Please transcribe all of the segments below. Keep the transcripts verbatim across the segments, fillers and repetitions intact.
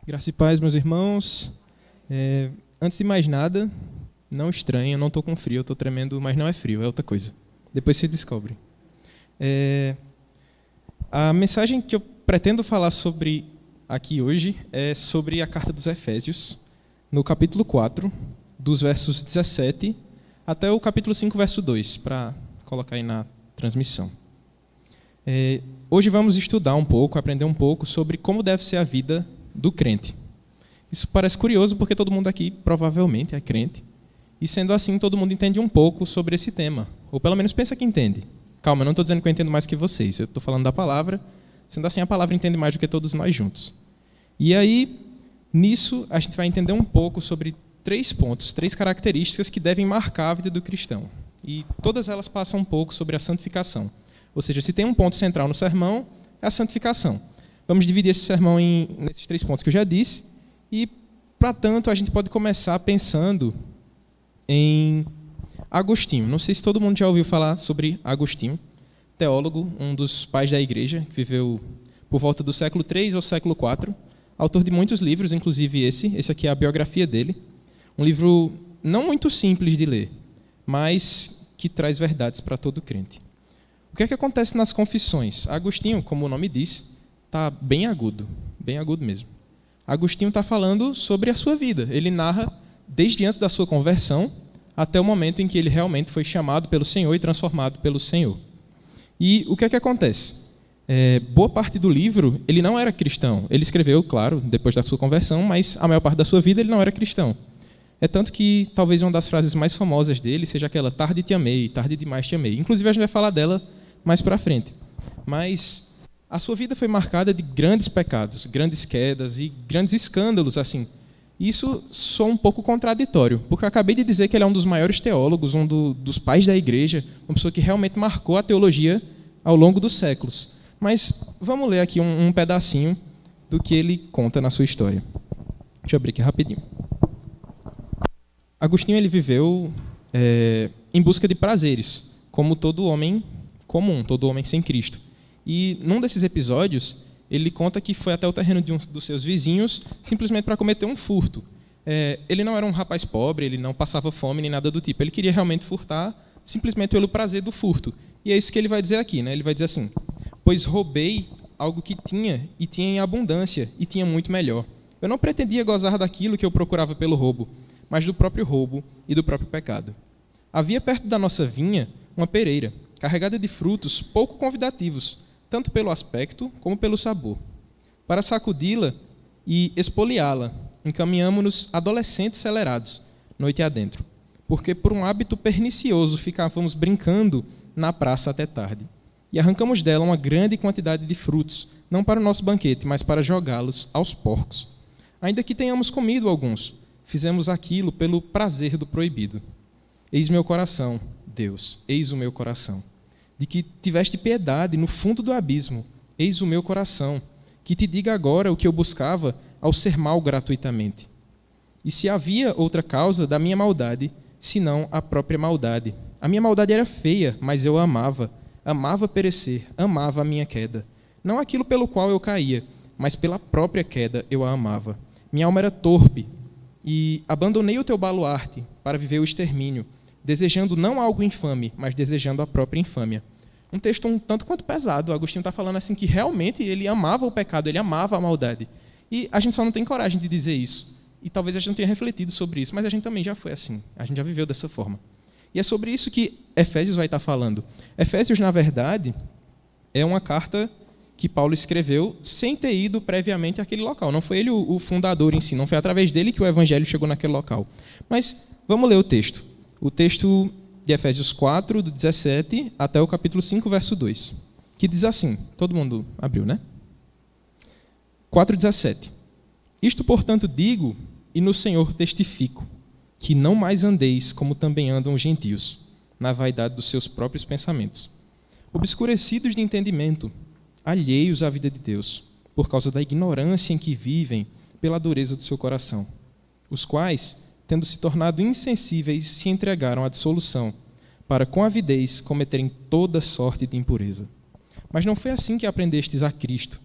Graça e paz, meus irmãos. É, antes de mais nada, não estranhe, eu não estou com frio, eu estou tremendo, mas não é frio, é outra coisa. Depois você descobre. É, a mensagem que eu pretendo falar sobre aqui hoje é sobre a carta dos Efésios, no capítulo quatro, dos versos dezessete até o capítulo cinco, verso dois, para colocar aí na transmissão. É, hoje vamos estudar um pouco, aprender um pouco sobre como deve ser a vida do crente. Isso parece curioso porque todo mundo aqui provavelmente é crente, e sendo assim todo mundo entende um pouco sobre esse tema, ou pelo menos pensa que entende. Calma, eu não estou dizendo que eu entendo mais que vocês, eu estou falando da palavra, sendo assim a palavra entende mais do que todos nós juntos. E aí, nisso, a gente vai entender um pouco sobre três pontos, três características que devem marcar a vida do cristão. E todas elas passam um pouco sobre a santificação. Ou seja, se tem um ponto central no sermão, é a santificação. Vamos dividir esse sermão em, nesses três pontos que eu já disse, e, para tanto, a gente pode começar pensando em Agostinho. Não sei se todo mundo já ouviu falar sobre Agostinho, teólogo, um dos pais da igreja, que viveu por volta do século três ao século quatro, autor de muitos livros, inclusive esse, esse aqui é a biografia dele, um livro não muito simples de ler, mas que traz verdades para todo crente. O que é que acontece nas confissões? Agostinho, como o nome diz, está bem agudo, bem agudo mesmo. Agostinho está falando sobre a sua vida. Ele narra desde antes da sua conversão até o momento em que ele realmente foi chamado pelo Senhor e transformado pelo Senhor. E o que é que acontece? É, boa parte do livro, ele não era cristão. Ele escreveu, claro, depois da sua conversão, mas a maior parte da sua vida ele não era cristão. É tanto que talvez uma das frases mais famosas dele seja aquela tarde te amei, tarde demais te amei. Inclusive a gente vai falar dela mais para frente. Mas a sua vida foi marcada de grandes pecados, grandes quedas e grandes escândalos, assim. Isso soa um pouco contraditório, porque eu acabei de dizer que ele é um dos maiores teólogos, um do, dos pais da igreja, uma pessoa que realmente marcou a teologia ao longo dos séculos. Mas vamos ler aqui um, um pedacinho do que ele conta na sua história. Deixa eu abrir aqui rapidinho. Agostinho ele viveu é, em busca de prazeres, como todo homem comum, todo homem sem Cristo. E num desses episódios, ele conta que foi até o terreno de um dos seus vizinhos simplesmente para cometer um furto. É, ele não era um rapaz pobre, ele não passava fome nem nada do tipo. Ele queria realmente furtar simplesmente pelo prazer do furto. E é isso que ele vai dizer aqui, né? Ele vai dizer assim: pois roubei algo que tinha, e tinha em abundância, e tinha muito melhor. Eu não pretendia gozar daquilo que eu procurava pelo roubo, mas do próprio roubo e do próprio pecado. Havia perto da nossa vinha uma pereira, carregada de frutos pouco convidativos, tanto pelo aspecto como pelo sabor. Para sacudi-la e espoliá-la, encaminhamo-nos adolescentes acelerados, noite adentro, porque por um hábito pernicioso ficávamos brincando na praça até tarde. E arrancamos dela uma grande quantidade de frutos, não para o nosso banquete, mas para jogá-los aos porcos. Ainda que tenhamos comido alguns, fizemos aquilo pelo prazer do proibido. Eis meu coração, Deus, eis o meu coração. De que tiveste piedade no fundo do abismo, eis o meu coração, que te diga agora o que eu buscava ao ser mal gratuitamente. E se havia outra causa da minha maldade, senão a própria maldade. A minha maldade era feia, mas eu a amava, amava perecer, amava a minha queda. Não aquilo pelo qual eu caía, mas pela própria queda eu a amava. Minha alma era torpe, e abandonei o teu baluarte para viver o extermínio, desejando não algo infame, mas desejando a própria infâmia. Um texto um tanto quanto pesado. O Agostinho está falando assim que realmente ele amava o pecado, ele amava a maldade. E a gente só não tem coragem de dizer isso. E talvez a gente não tenha refletido sobre isso, mas a gente também já foi assim. A gente já viveu dessa forma. E é sobre isso que Efésios vai estar falando. Efésios, na verdade, é uma carta que Paulo escreveu sem ter ido previamente àquele local. Não foi ele o fundador em si, não foi através dele que o evangelho chegou naquele local. Mas vamos ler o texto. O texto de Efésios quatro, do dezessete até o capítulo cinco, verso dois, que diz assim, todo mundo abriu, né? quatro, dezessete. Isto, portanto, digo, e no Senhor testifico, que não mais andeis como também andam os gentios, na vaidade dos seus próprios pensamentos, obscurecidos de entendimento, alheios à vida de Deus, por causa da ignorância em que vivem, pela dureza do seu coração, os quais, tendo se tornado insensíveis, se entregaram à dissolução, para com avidez cometerem toda sorte de impureza. Mas não foi assim que aprendestes a Cristo,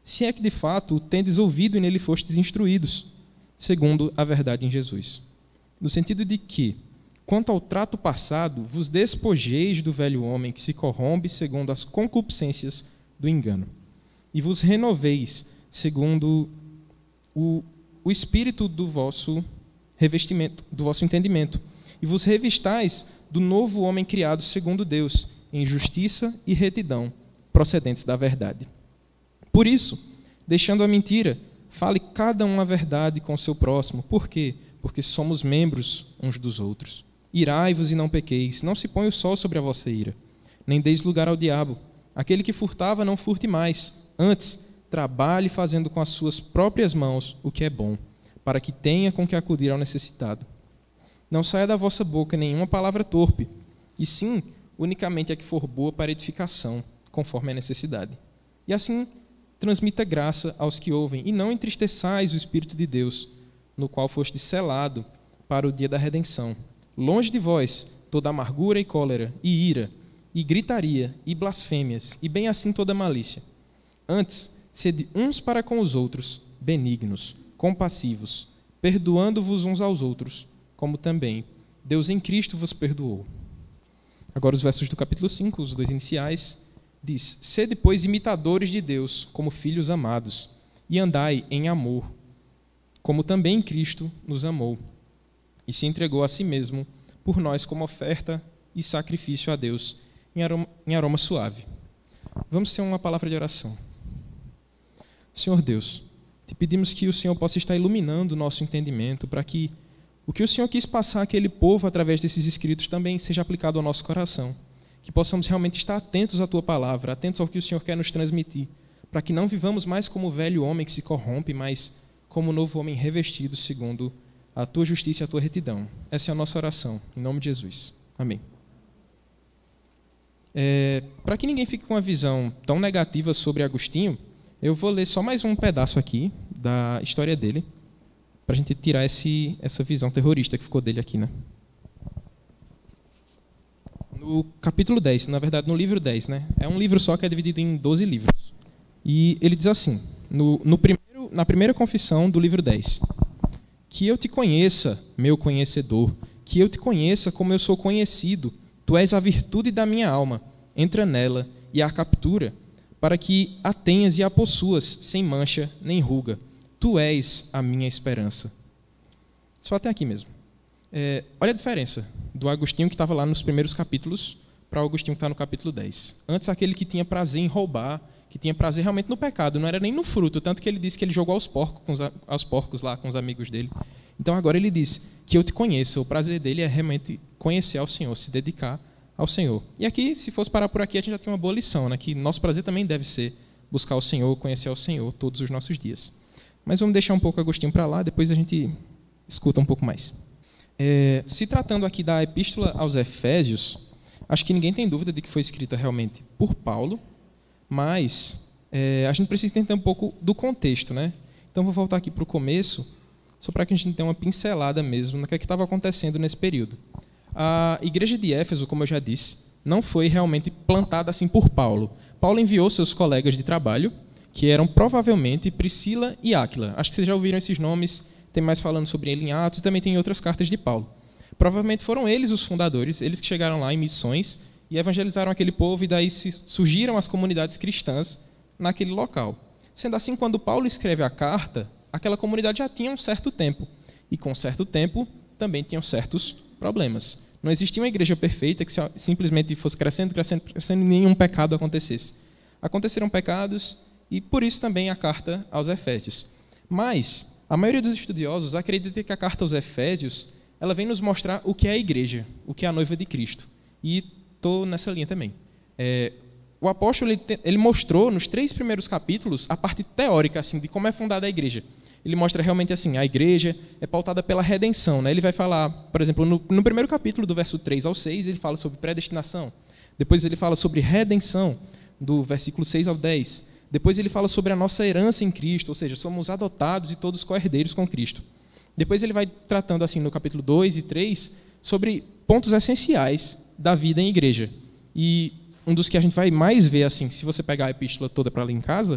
se é que de fato tendes ouvido e nele fostes instruídos, segundo a verdade em Jesus. No sentido de que, quanto ao trato passado, vos despojeis do velho homem que se corrompe segundo as concupiscências do engano, e vos renoveis segundo o, o espírito do vosso revestimento, do vosso entendimento, e vos revistais do novo homem criado segundo Deus, em justiça e retidão, procedentes da verdade. Por isso, deixando a mentira, fale cada um a verdade com o seu próximo. Por quê? Porque somos membros uns dos outros. Irai-vos e não pequeis, não se põe o sol sobre a vossa ira, nem deis lugar ao diabo. Aquele que furtava, não furte mais. Antes, trabalhe fazendo com as suas próprias mãos o que é bom, para que tenha com que acudir ao necessitado. Não saia da vossa boca nenhuma palavra torpe, e sim, unicamente a que for boa para edificação, conforme a necessidade. E assim, transmita graça aos que ouvem, e não entristeçais o Espírito de Deus, no qual foste selado para o dia da redenção. Longe de vós toda amargura e cólera, e ira, e gritaria, e blasfêmias, e bem assim toda malícia. Antes, sede uns para com os outros, benignos, compassivos, perdoando-vos uns aos outros, como também Deus em Cristo vos perdoou. Agora os versos do capítulo cinco, os dois iniciais, diz: sede, pois, imitadores de Deus, como filhos amados, e andai em amor, como também Cristo nos amou, e se entregou a si mesmo por nós como oferta e sacrifício a Deus, em aroma, em aroma suave. Vamos ter uma palavra de oração. Senhor Deus, te pedimos que o Senhor possa estar iluminando o nosso entendimento, para que o que o Senhor quis passar àquele povo através desses escritos também seja aplicado ao nosso coração. Que possamos realmente estar atentos à Tua palavra, atentos ao que o Senhor quer nos transmitir, para que não vivamos mais como o velho homem que se corrompe, mas como o novo homem revestido segundo a Tua justiça e a Tua retidão. Essa é a nossa oração, em nome de Jesus. Amém. É, para que ninguém fique com uma visão tão negativa sobre Agostinho, eu vou ler só mais um pedaço aqui da história dele, para a gente tirar esse, essa visão terrorista que ficou dele aqui, né? No capítulo dez, na verdade no livro dez, né? É um livro só que é dividido em doze livros. E ele diz assim, no, no primeiro, na primeira confissão do livro dez: que eu te conheça, meu conhecedor, que eu te conheça como eu sou conhecido, tu és a virtude da minha alma, entra nela e a captura, para que a tenhas e a possuas, sem mancha nem ruga. Tu és a minha esperança. Só até aqui mesmo. É, olha a diferença do Agostinho que estava lá nos primeiros capítulos para o Agostinho que está no capítulo dez. Antes, aquele que tinha prazer em roubar, que tinha prazer realmente no pecado, não era nem no fruto, tanto que ele disse que ele jogou aos porcos, com os, aos porcos lá com os amigos dele. Então agora ele diz que eu te conheça. O prazer dele é realmente conhecer ao Senhor, se dedicar ao Senhor. E aqui, se fosse parar por aqui, a gente já tem uma boa lição, né? Que nosso prazer também deve ser buscar o Senhor, conhecer ao Senhor todos os nossos dias. Mas vamos deixar um pouco Agostinho para lá, depois a gente escuta um pouco mais. É, se tratando aqui da Epístola aos Efésios, acho que ninguém tem dúvida de que foi escrita realmente por Paulo, mas é, a gente precisa entender um pouco do contexto, né? Então vou voltar aqui para o começo, só para que a gente tenha uma pincelada mesmo no que é que estava acontecendo nesse período. A igreja de Éfeso, como eu já disse, não foi realmente plantada assim por Paulo. Paulo enviou seus colegas de trabalho, que eram provavelmente Priscila e Áquila. Acho que vocês já ouviram esses nomes, tem mais falando sobre ele em Atos, e também tem outras cartas de Paulo. Provavelmente foram eles os fundadores, eles que chegaram lá em missões e evangelizaram aquele povo, e daí surgiram as comunidades cristãs naquele local. Sendo assim, quando Paulo escreve a carta, aquela comunidade já tinha um certo tempo, e com certo tempo também tinham certos problemas. Não existia uma igreja perfeita que simplesmente fosse crescendo, crescendo, crescendo e nenhum pecado acontecesse. Aconteceram pecados, e por isso também a carta aos Efésios. Mas a maioria dos estudiosos acredita que a carta aos Efésios ela vem nos mostrar o que é a igreja, o que é a noiva de Cristo. E estou nessa linha também. É, o apóstolo ele, ele mostrou nos três primeiros capítulos a parte teórica assim, de como é fundada a igreja. Ele mostra realmente assim, a igreja é pautada pela redenção, né? Ele vai falar, por exemplo, no, no primeiro capítulo, do verso três ao seis, ele fala sobre predestinação. Depois ele fala sobre redenção, do versículo seis ao dez. Depois ele fala sobre a nossa herança em Cristo, ou seja, somos adotados e todos co-herdeiros com Cristo. Depois ele vai tratando assim no capítulo dois e três sobre pontos essenciais da vida em igreja. E um dos que a gente vai mais ver, assim, se você pegar a epístola toda para ler em casa,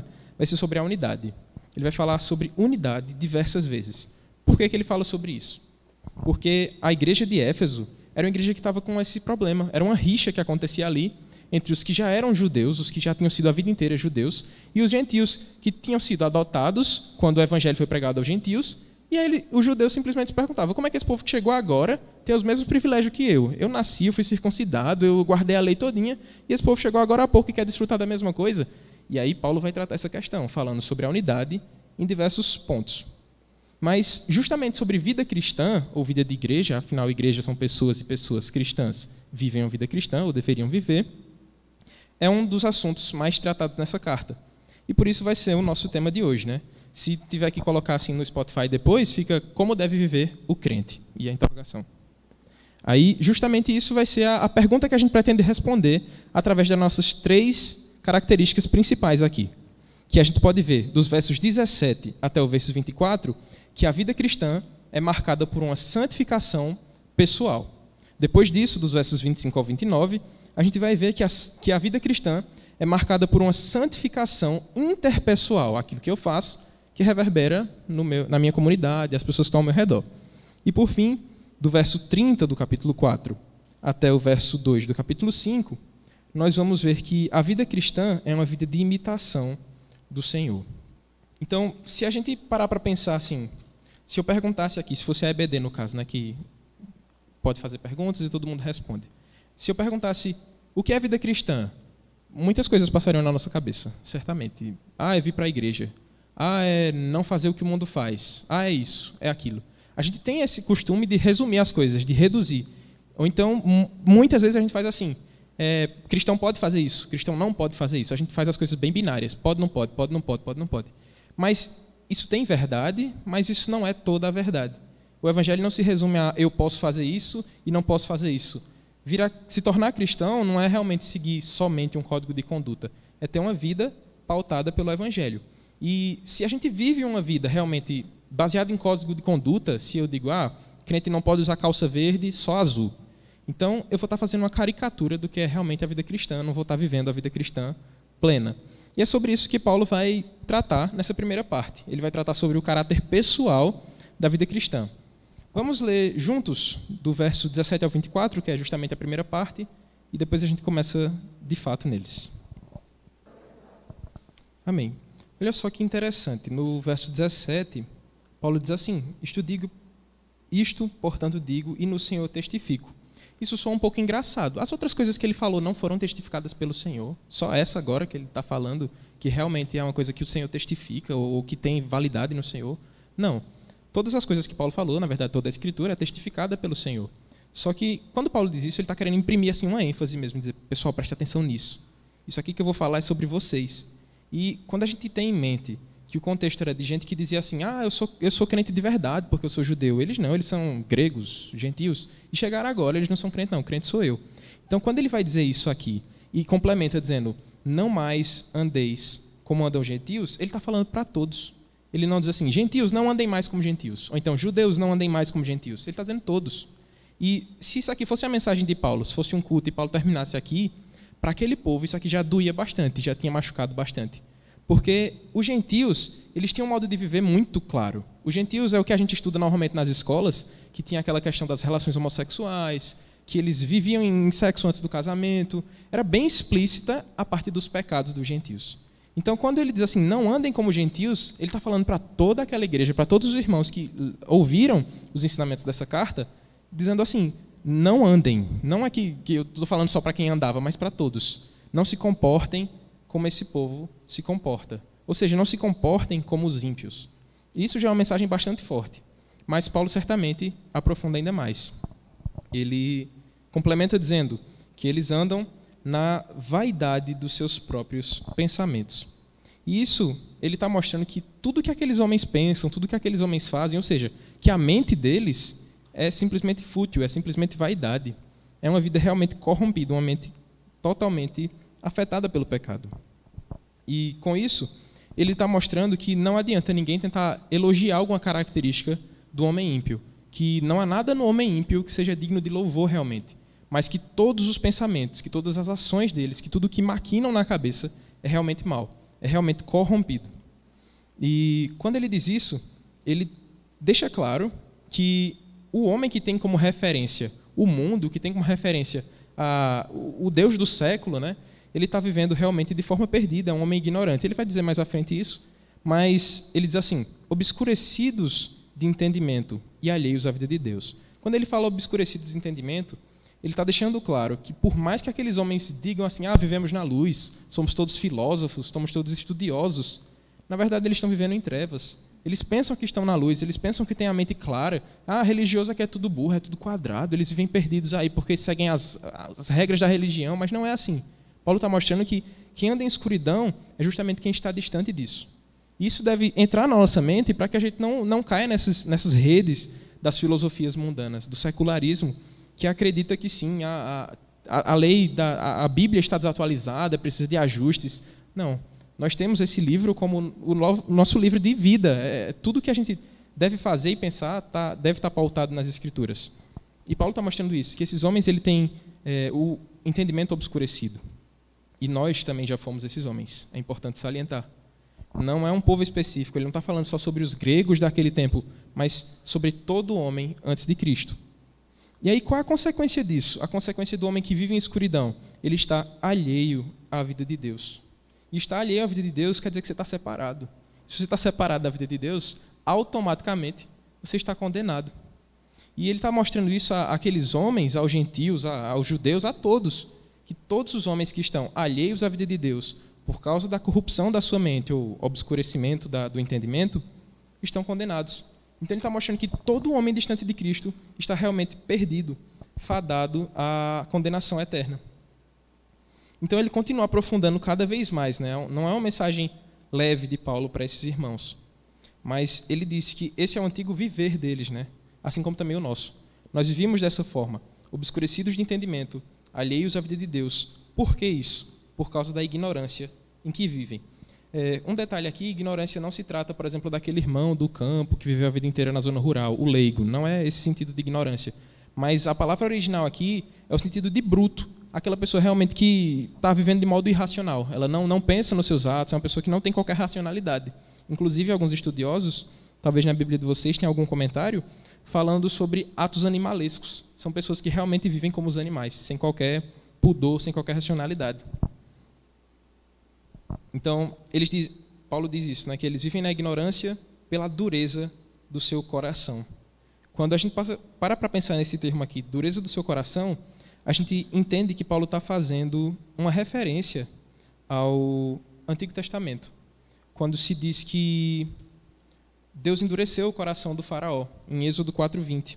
vai ser sobre a unidade. Ele vai falar sobre unidade diversas vezes. Por que que ele fala sobre isso? Porque a igreja de Éfeso era uma igreja que estava com esse problema. Era uma rixa que acontecia ali entre os que já eram judeus, os que já tinham sido a vida inteira judeus, e os gentios, que tinham sido adotados quando o evangelho foi pregado aos gentios. E aí ele, os judeus simplesmente se perguntavam, como é que esse povo que chegou agora tem os mesmos privilégios que eu? Eu nasci, eu fui circuncidado, eu guardei a lei todinha, e esse povo chegou agora há pouco e quer desfrutar da mesma coisa? E aí Paulo vai tratar essa questão, falando sobre a unidade em diversos pontos. Mas justamente sobre vida cristã, ou vida de igreja, afinal, igreja são pessoas e pessoas cristãs vivem uma vida cristã, ou deveriam viver, é um dos assuntos mais tratados nessa carta. E por isso vai ser o nosso tema de hoje, né? Se tiver que colocar assim no Spotify depois, fica como deve viver o crente, e a interrogação. Aí, justamente isso vai ser a, a pergunta que a gente pretende responder através das nossas três características principais aqui, que a gente pode ver dos versos dezessete até o verso vinte e quatro, que a vida cristã é marcada por uma santificação pessoal. Depois disso, dos versos vinte e cinco ao vinte e nove, a gente vai ver que a, que a vida cristã é marcada por uma santificação interpessoal, aquilo que eu faço, que reverbera no meu, na minha comunidade, as pessoas que estão ao meu redor. E, por fim, do verso trinta do capítulo quatro até o verso dois do capítulo cinco, nós vamos ver que a vida cristã é uma vida de imitação do Senhor. Então, se a gente parar para pensar assim, se eu perguntasse aqui, se fosse a E B D no caso, né, que pode fazer perguntas e todo mundo responde. Se eu perguntasse o que é vida cristã, muitas coisas passariam na nossa cabeça, certamente. Ah, é vir para a igreja. Ah, é não fazer o que o mundo faz. Ah, é isso, é aquilo. A gente tem esse costume de resumir as coisas, de reduzir. Ou então, muitas vezes a gente faz assim, é, cristão pode fazer isso, cristão não pode fazer isso. A gente faz as coisas bem binárias, pode, não pode, pode, não pode, pode, não pode. Mas isso tem verdade, mas isso não é toda a verdade. O evangelho não se resume a eu posso fazer isso e não posso fazer isso. Virar, se tornar cristão não é realmente seguir somente um código de conduta, é ter uma vida pautada pelo evangelho. E se a gente vive uma vida realmente baseada em código de conduta, se eu digo, ah, crente não pode usar calça verde, só azul. Então, eu vou estar fazendo uma caricatura do que é realmente a vida cristã, não vou estar vivendo a vida cristã plena. E é sobre isso que Paulo vai tratar nessa primeira parte. Ele vai tratar sobre o caráter pessoal da vida cristã. Vamos ler juntos do verso dezessete ao vinte e quatro, que é justamente a primeira parte, e depois a gente começa de fato neles. Amém. Olha só que interessante, no verso dezessete, Paulo diz assim, isto, digo, isto, portanto, digo, e no Senhor testifico. Isso soa um pouco engraçado. As outras coisas que ele falou não foram testificadas pelo Senhor, só essa agora que ele está falando, que realmente é uma coisa que o Senhor testifica, ou, ou que tem validade no Senhor. Não. Todas as coisas que Paulo falou, na verdade, toda a Escritura é testificada pelo Senhor. Só que, quando Paulo diz isso, ele está querendo imprimir assim, uma ênfase mesmo, dizer, pessoal, preste atenção nisso. Isso aqui que eu vou falar é sobre vocês. E quando a gente tem em mente que o contexto era de gente que dizia assim, ah, eu sou, eu sou crente de verdade porque eu sou judeu. Eles não, eles são gregos, gentios. E chegaram agora, eles não são crentes não, crente sou eu. Então, quando ele vai dizer isso aqui e complementa dizendo, não mais andeis como andam gentios, ele está falando para todos. Ele não diz assim, gentios não andem mais como gentios. Ou então, judeus não andem mais como gentios. Ele está dizendo todos. E se isso aqui fosse a mensagem de Paulo, se fosse um culto e Paulo terminasse aqui, para aquele povo isso aqui já doía bastante, já tinha machucado bastante. Porque os gentios, eles tinham um modo de viver muito claro. Os gentios é o que a gente estuda normalmente nas escolas, que tinha aquela questão das relações homossexuais, que eles viviam em sexo antes do casamento. Era bem explícita a parte dos pecados dos gentios. Então, quando ele diz assim, não andem como gentios, ele está falando para toda aquela igreja, para todos os irmãos que ouviram os ensinamentos dessa carta, dizendo assim, não andem. Não é que, que eu estou falando só para quem andava, mas para todos. Não se comportem como esse povo se comporta. Ou seja, não se comportem como os ímpios. Isso já é uma mensagem bastante forte. Mas Paulo certamente aprofunda ainda mais. Ele complementa dizendo que eles andam na vaidade dos seus próprios pensamentos. E isso, ele está mostrando que tudo que aqueles homens pensam, tudo que aqueles homens fazem, ou seja, que a mente deles é simplesmente fútil, é simplesmente vaidade. É uma vida realmente corrompida, uma mente totalmente afetada pelo pecado. E, com isso, ele está mostrando que não adianta ninguém tentar elogiar alguma característica do homem ímpio, que não há nada no homem ímpio que seja digno de louvor realmente, mas que todos os pensamentos, que todas as ações deles, que tudo que maquinam na cabeça é realmente mal. é realmente corrompido. E quando ele diz isso, ele deixa claro que o homem que tem como referência o mundo, que tem como referência a, o Deus do século, né, ele está vivendo realmente de forma perdida, é um homem ignorante. Ele vai dizer mais à frente isso, mas ele diz assim, obscurecidos de entendimento e alheios à vida de Deus. Quando ele fala obscurecidos de entendimento, ele está deixando claro que por mais que aqueles homens digam assim, ah, vivemos na luz, somos todos filósofos, somos todos estudiosos, na verdade eles estão vivendo em trevas. Eles pensam que estão na luz, eles pensam que têm a mente clara. Ah, religioso aqui é tudo burro, é tudo quadrado, eles vivem perdidos aí porque seguem as, as regras da religião, mas não é assim. Paulo está mostrando que quem anda em escuridão é justamente quem está distante disso. Isso deve entrar na nossa mente para que a gente não, não caia nessas, nessas redes das filosofias mundanas, do secularismo, que acredita que sim, a, a, a lei, da, a, a Bíblia está desatualizada, precisa de ajustes. Não. Nós temos esse livro como o nosso livro de vida. É, tudo que a gente deve fazer e pensar tá, deve estar pautado nas Escrituras. E Paulo está mostrando isso, que esses homens ele têm é, o entendimento obscurecido. E nós também já fomos esses homens. É importante salientar. Não é um povo específico, ele não está falando só sobre os gregos daquele tempo, mas sobre todo homem antes de Cristo. E aí, qual é a consequência disso? A consequência do homem que vive em escuridão. Ele está alheio à vida de Deus. E estar alheio à vida de Deus quer dizer que você está separado. Se você está separado da vida de Deus, automaticamente você está condenado. E ele está mostrando isso àqueles homens, aos gentios, aos judeus, a todos. Que todos os homens que estão alheios à vida de Deus, por causa da corrupção da sua mente, ou obscurecimento da, do entendimento, estão condenados. Então ele está mostrando que todo homem distante de Cristo está realmente perdido, fadado à condenação eterna. Então ele continua aprofundando cada vez mais, né? Não é uma mensagem leve de Paulo para esses irmãos, mas ele diz que esse é o antigo viver deles, né? Assim como também o nosso. Nós vivíamos dessa forma, obscurecidos de entendimento, alheios à vida de Deus. Por que isso? Por causa da ignorância em que vivem. É, um detalhe aqui, ignorância não se trata, por exemplo, daquele irmão do campo que viveu a vida inteira na zona rural, o leigo. Não é esse sentido de ignorância. Mas a palavra original aqui é o sentido de bruto. Aquela pessoa realmente que está vivendo de modo irracional. Ela não, não pensa nos seus atos, é uma pessoa que não tem qualquer racionalidade. Inclusive, alguns estudiosos, talvez na Bíblia de vocês tenham algum comentário, falando sobre atos animalescos. São pessoas que realmente vivem como os animais, sem qualquer pudor, sem qualquer racionalidade. Então, eles diz, Paulo diz isso, né, que eles vivem na ignorância pela dureza do seu coração. Quando a gente passa, para para pensar nesse termo aqui, dureza do seu coração, a gente entende que Paulo está fazendo uma referência ao Antigo Testamento, quando se diz que Deus endureceu o coração do faraó, em Êxodo quatro, vinte.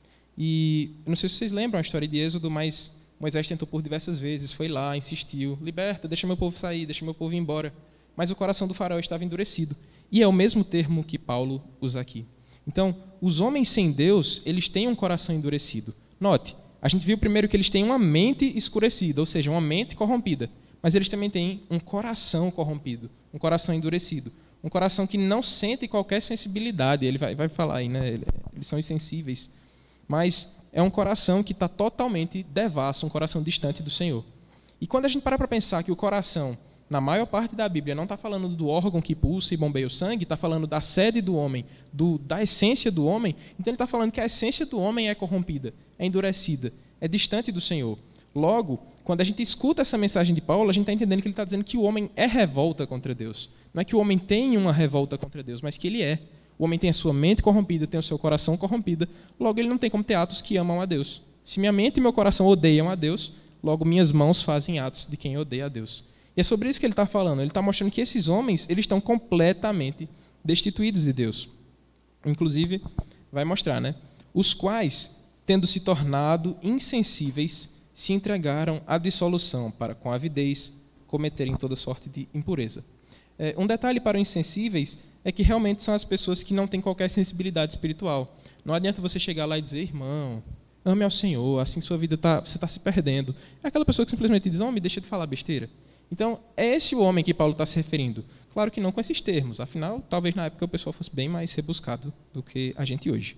E não sei se vocês lembram a história de Êxodo, mas Moisés tentou por diversas vezes, foi lá, insistiu, liberta, deixa meu povo sair, deixa meu povo ir embora. Mas o coração do faraó estava endurecido. E é o mesmo termo que Paulo usa aqui. Então, os homens sem Deus, eles têm um coração endurecido. Note, a gente viu primeiro que eles têm uma mente escurecida, ou seja, uma mente corrompida. Mas eles também têm um coração corrompido, um coração endurecido. Um coração que não sente qualquer sensibilidade. Ele vai, vai falar aí, né? Eles são insensíveis. Mas é um coração que está totalmente devasso, um coração distante do Senhor. E quando a gente para para pensar que o coração, na maior parte da Bíblia, não está falando do órgão que pulsa e bombeia o sangue, está falando da sede do homem, do, da essência do homem, então ele está falando que a essência do homem é corrompida, é endurecida, é distante do Senhor. Logo, quando a gente escuta essa mensagem de Paulo, a gente está entendendo que ele está dizendo que o homem é revolta contra Deus. Não é que o homem tem uma revolta contra Deus, mas que ele é. O homem tem a sua mente corrompida, tem o seu coração corrompido, logo ele não tem como ter atos que amam a Deus. Se minha mente e meu coração odeiam a Deus, logo minhas mãos fazem atos de quem odeia a Deus. E é sobre isso que ele está falando. Ele está mostrando que esses homens eles estão completamente destituídos de Deus. Inclusive, vai mostrar, né? Os quais, tendo se tornado insensíveis, se entregaram à dissolução para, com avidez, cometerem toda sorte de impureza. É, um detalhe para os insensíveis é que realmente são as pessoas que não têm qualquer sensibilidade espiritual. Não adianta você chegar lá e dizer, irmão, ame ao Senhor, assim sua vida tá, você está se perdendo. É aquela pessoa que simplesmente diz, homem, deixa de falar besteira. Então, é esse o homem que Paulo está se referindo. Claro que não com esses termos, afinal, talvez na época o pessoal fosse bem mais rebuscado do que a gente hoje.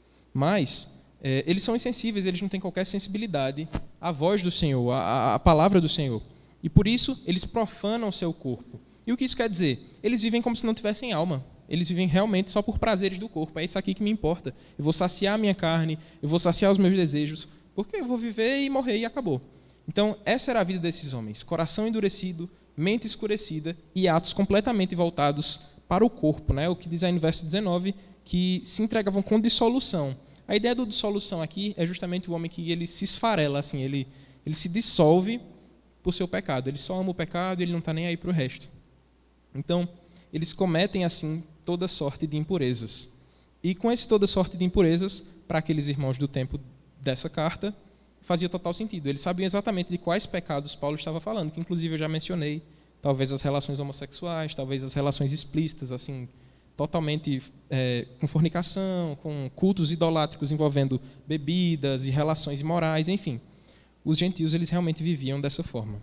Mas, é, eles são insensíveis, eles não têm qualquer sensibilidade à voz do Senhor, à, à palavra do Senhor. E por isso, eles profanam o seu corpo. E o que isso quer dizer? Eles vivem como se não tivessem alma. Eles vivem realmente só por prazeres do corpo. É isso aqui que me importa. Eu vou saciar a minha carne, eu vou saciar os meus desejos, porque eu vou viver e morrer e acabou. Então, essa era a vida desses homens. Coração endurecido, mente escurecida e atos completamente voltados para o corpo, né? O que diz aí no verso dezenove, que se entregavam com dissolução. A ideia do dissolução aqui é justamente o homem que ele se esfarela, assim, ele, ele se dissolve por seu pecado. Ele só ama o pecado e ele não está nem aí para o resto. Então, eles cometem, assim, toda sorte de impurezas. E com esse toda sorte de impurezas, para aqueles irmãos do tempo dessa carta, fazia total sentido. Eles sabiam exatamente de quais pecados Paulo estava falando, que inclusive eu já mencionei, talvez as relações homossexuais, talvez as relações explícitas, assim, totalmente é, com fornicação, com cultos idolátricos envolvendo bebidas e relações imorais, enfim. Os gentios, eles realmente viviam dessa forma.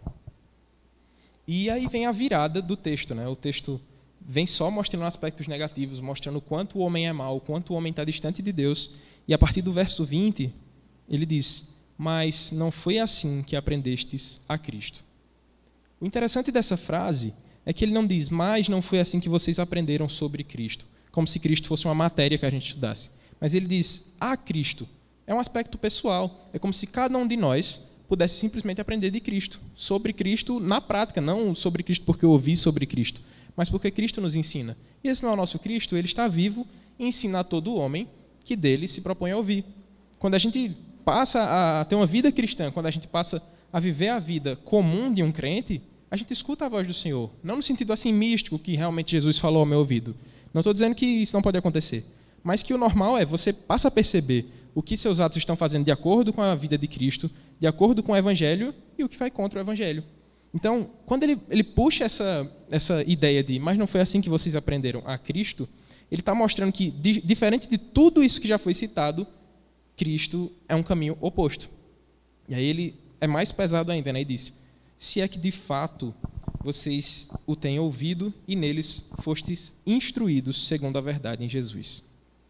E aí vem a virada do texto, né? O texto vem só mostrando aspectos negativos, mostrando o quanto o homem é mau, o quanto o homem está distante de Deus. E a partir do verso vinte, ele diz: mas não foi assim que aprendestes a Cristo. O interessante dessa frase é que ele não diz, mas não foi assim que vocês aprenderam sobre Cristo, como se Cristo fosse uma matéria que a gente estudasse. Mas ele diz, a Cristo. É um aspecto pessoal. É como se cada um de nós pudesse simplesmente aprender de Cristo, sobre Cristo na prática, não sobre Cristo porque eu ouvi sobre Cristo, mas porque Cristo nos ensina. E esse não é o nosso Cristo, ele está vivo e ensina a todo homem que dele se propõe a ouvir. Quando a gente passa a ter uma vida cristã, quando a gente passa a viver a vida comum de um crente, a gente escuta a voz do Senhor. Não no sentido assim místico, que realmente Jesus falou ao meu ouvido. Não estou dizendo que isso não pode acontecer. Mas que o normal é, você passa a perceber o que seus atos estão fazendo de acordo com a vida de Cristo, de acordo com o Evangelho e o que vai contra o Evangelho. Então, quando ele, ele puxa essa, essa ideia de, mas não foi assim que vocês aprenderam a Cristo, ele está mostrando que, di, diferente de tudo isso que já foi citado, Cristo é um caminho oposto. E aí ele é mais pesado ainda, né? E disse, se é que de fato vocês o têm ouvido e neles fostes instruídos segundo a verdade em Jesus.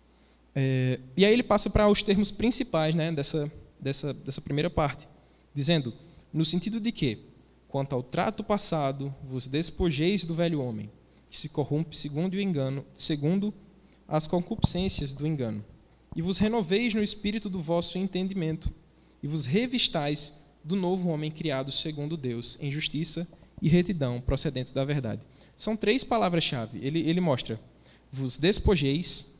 É, e aí ele passa para os termos principais, né, dessa, dessa, dessa primeira parte, dizendo, no sentido de que, quanto ao trato passado, vos despojeis do velho homem, que se corrompe segundo o engano, segundo as concupiscências do engano, e vos renoveis no espírito do vosso entendimento, e vos revistais do novo homem criado segundo Deus, em justiça e retidão procedentes da verdade. São três palavras-chave. Ele, ele mostra, vos despojeis,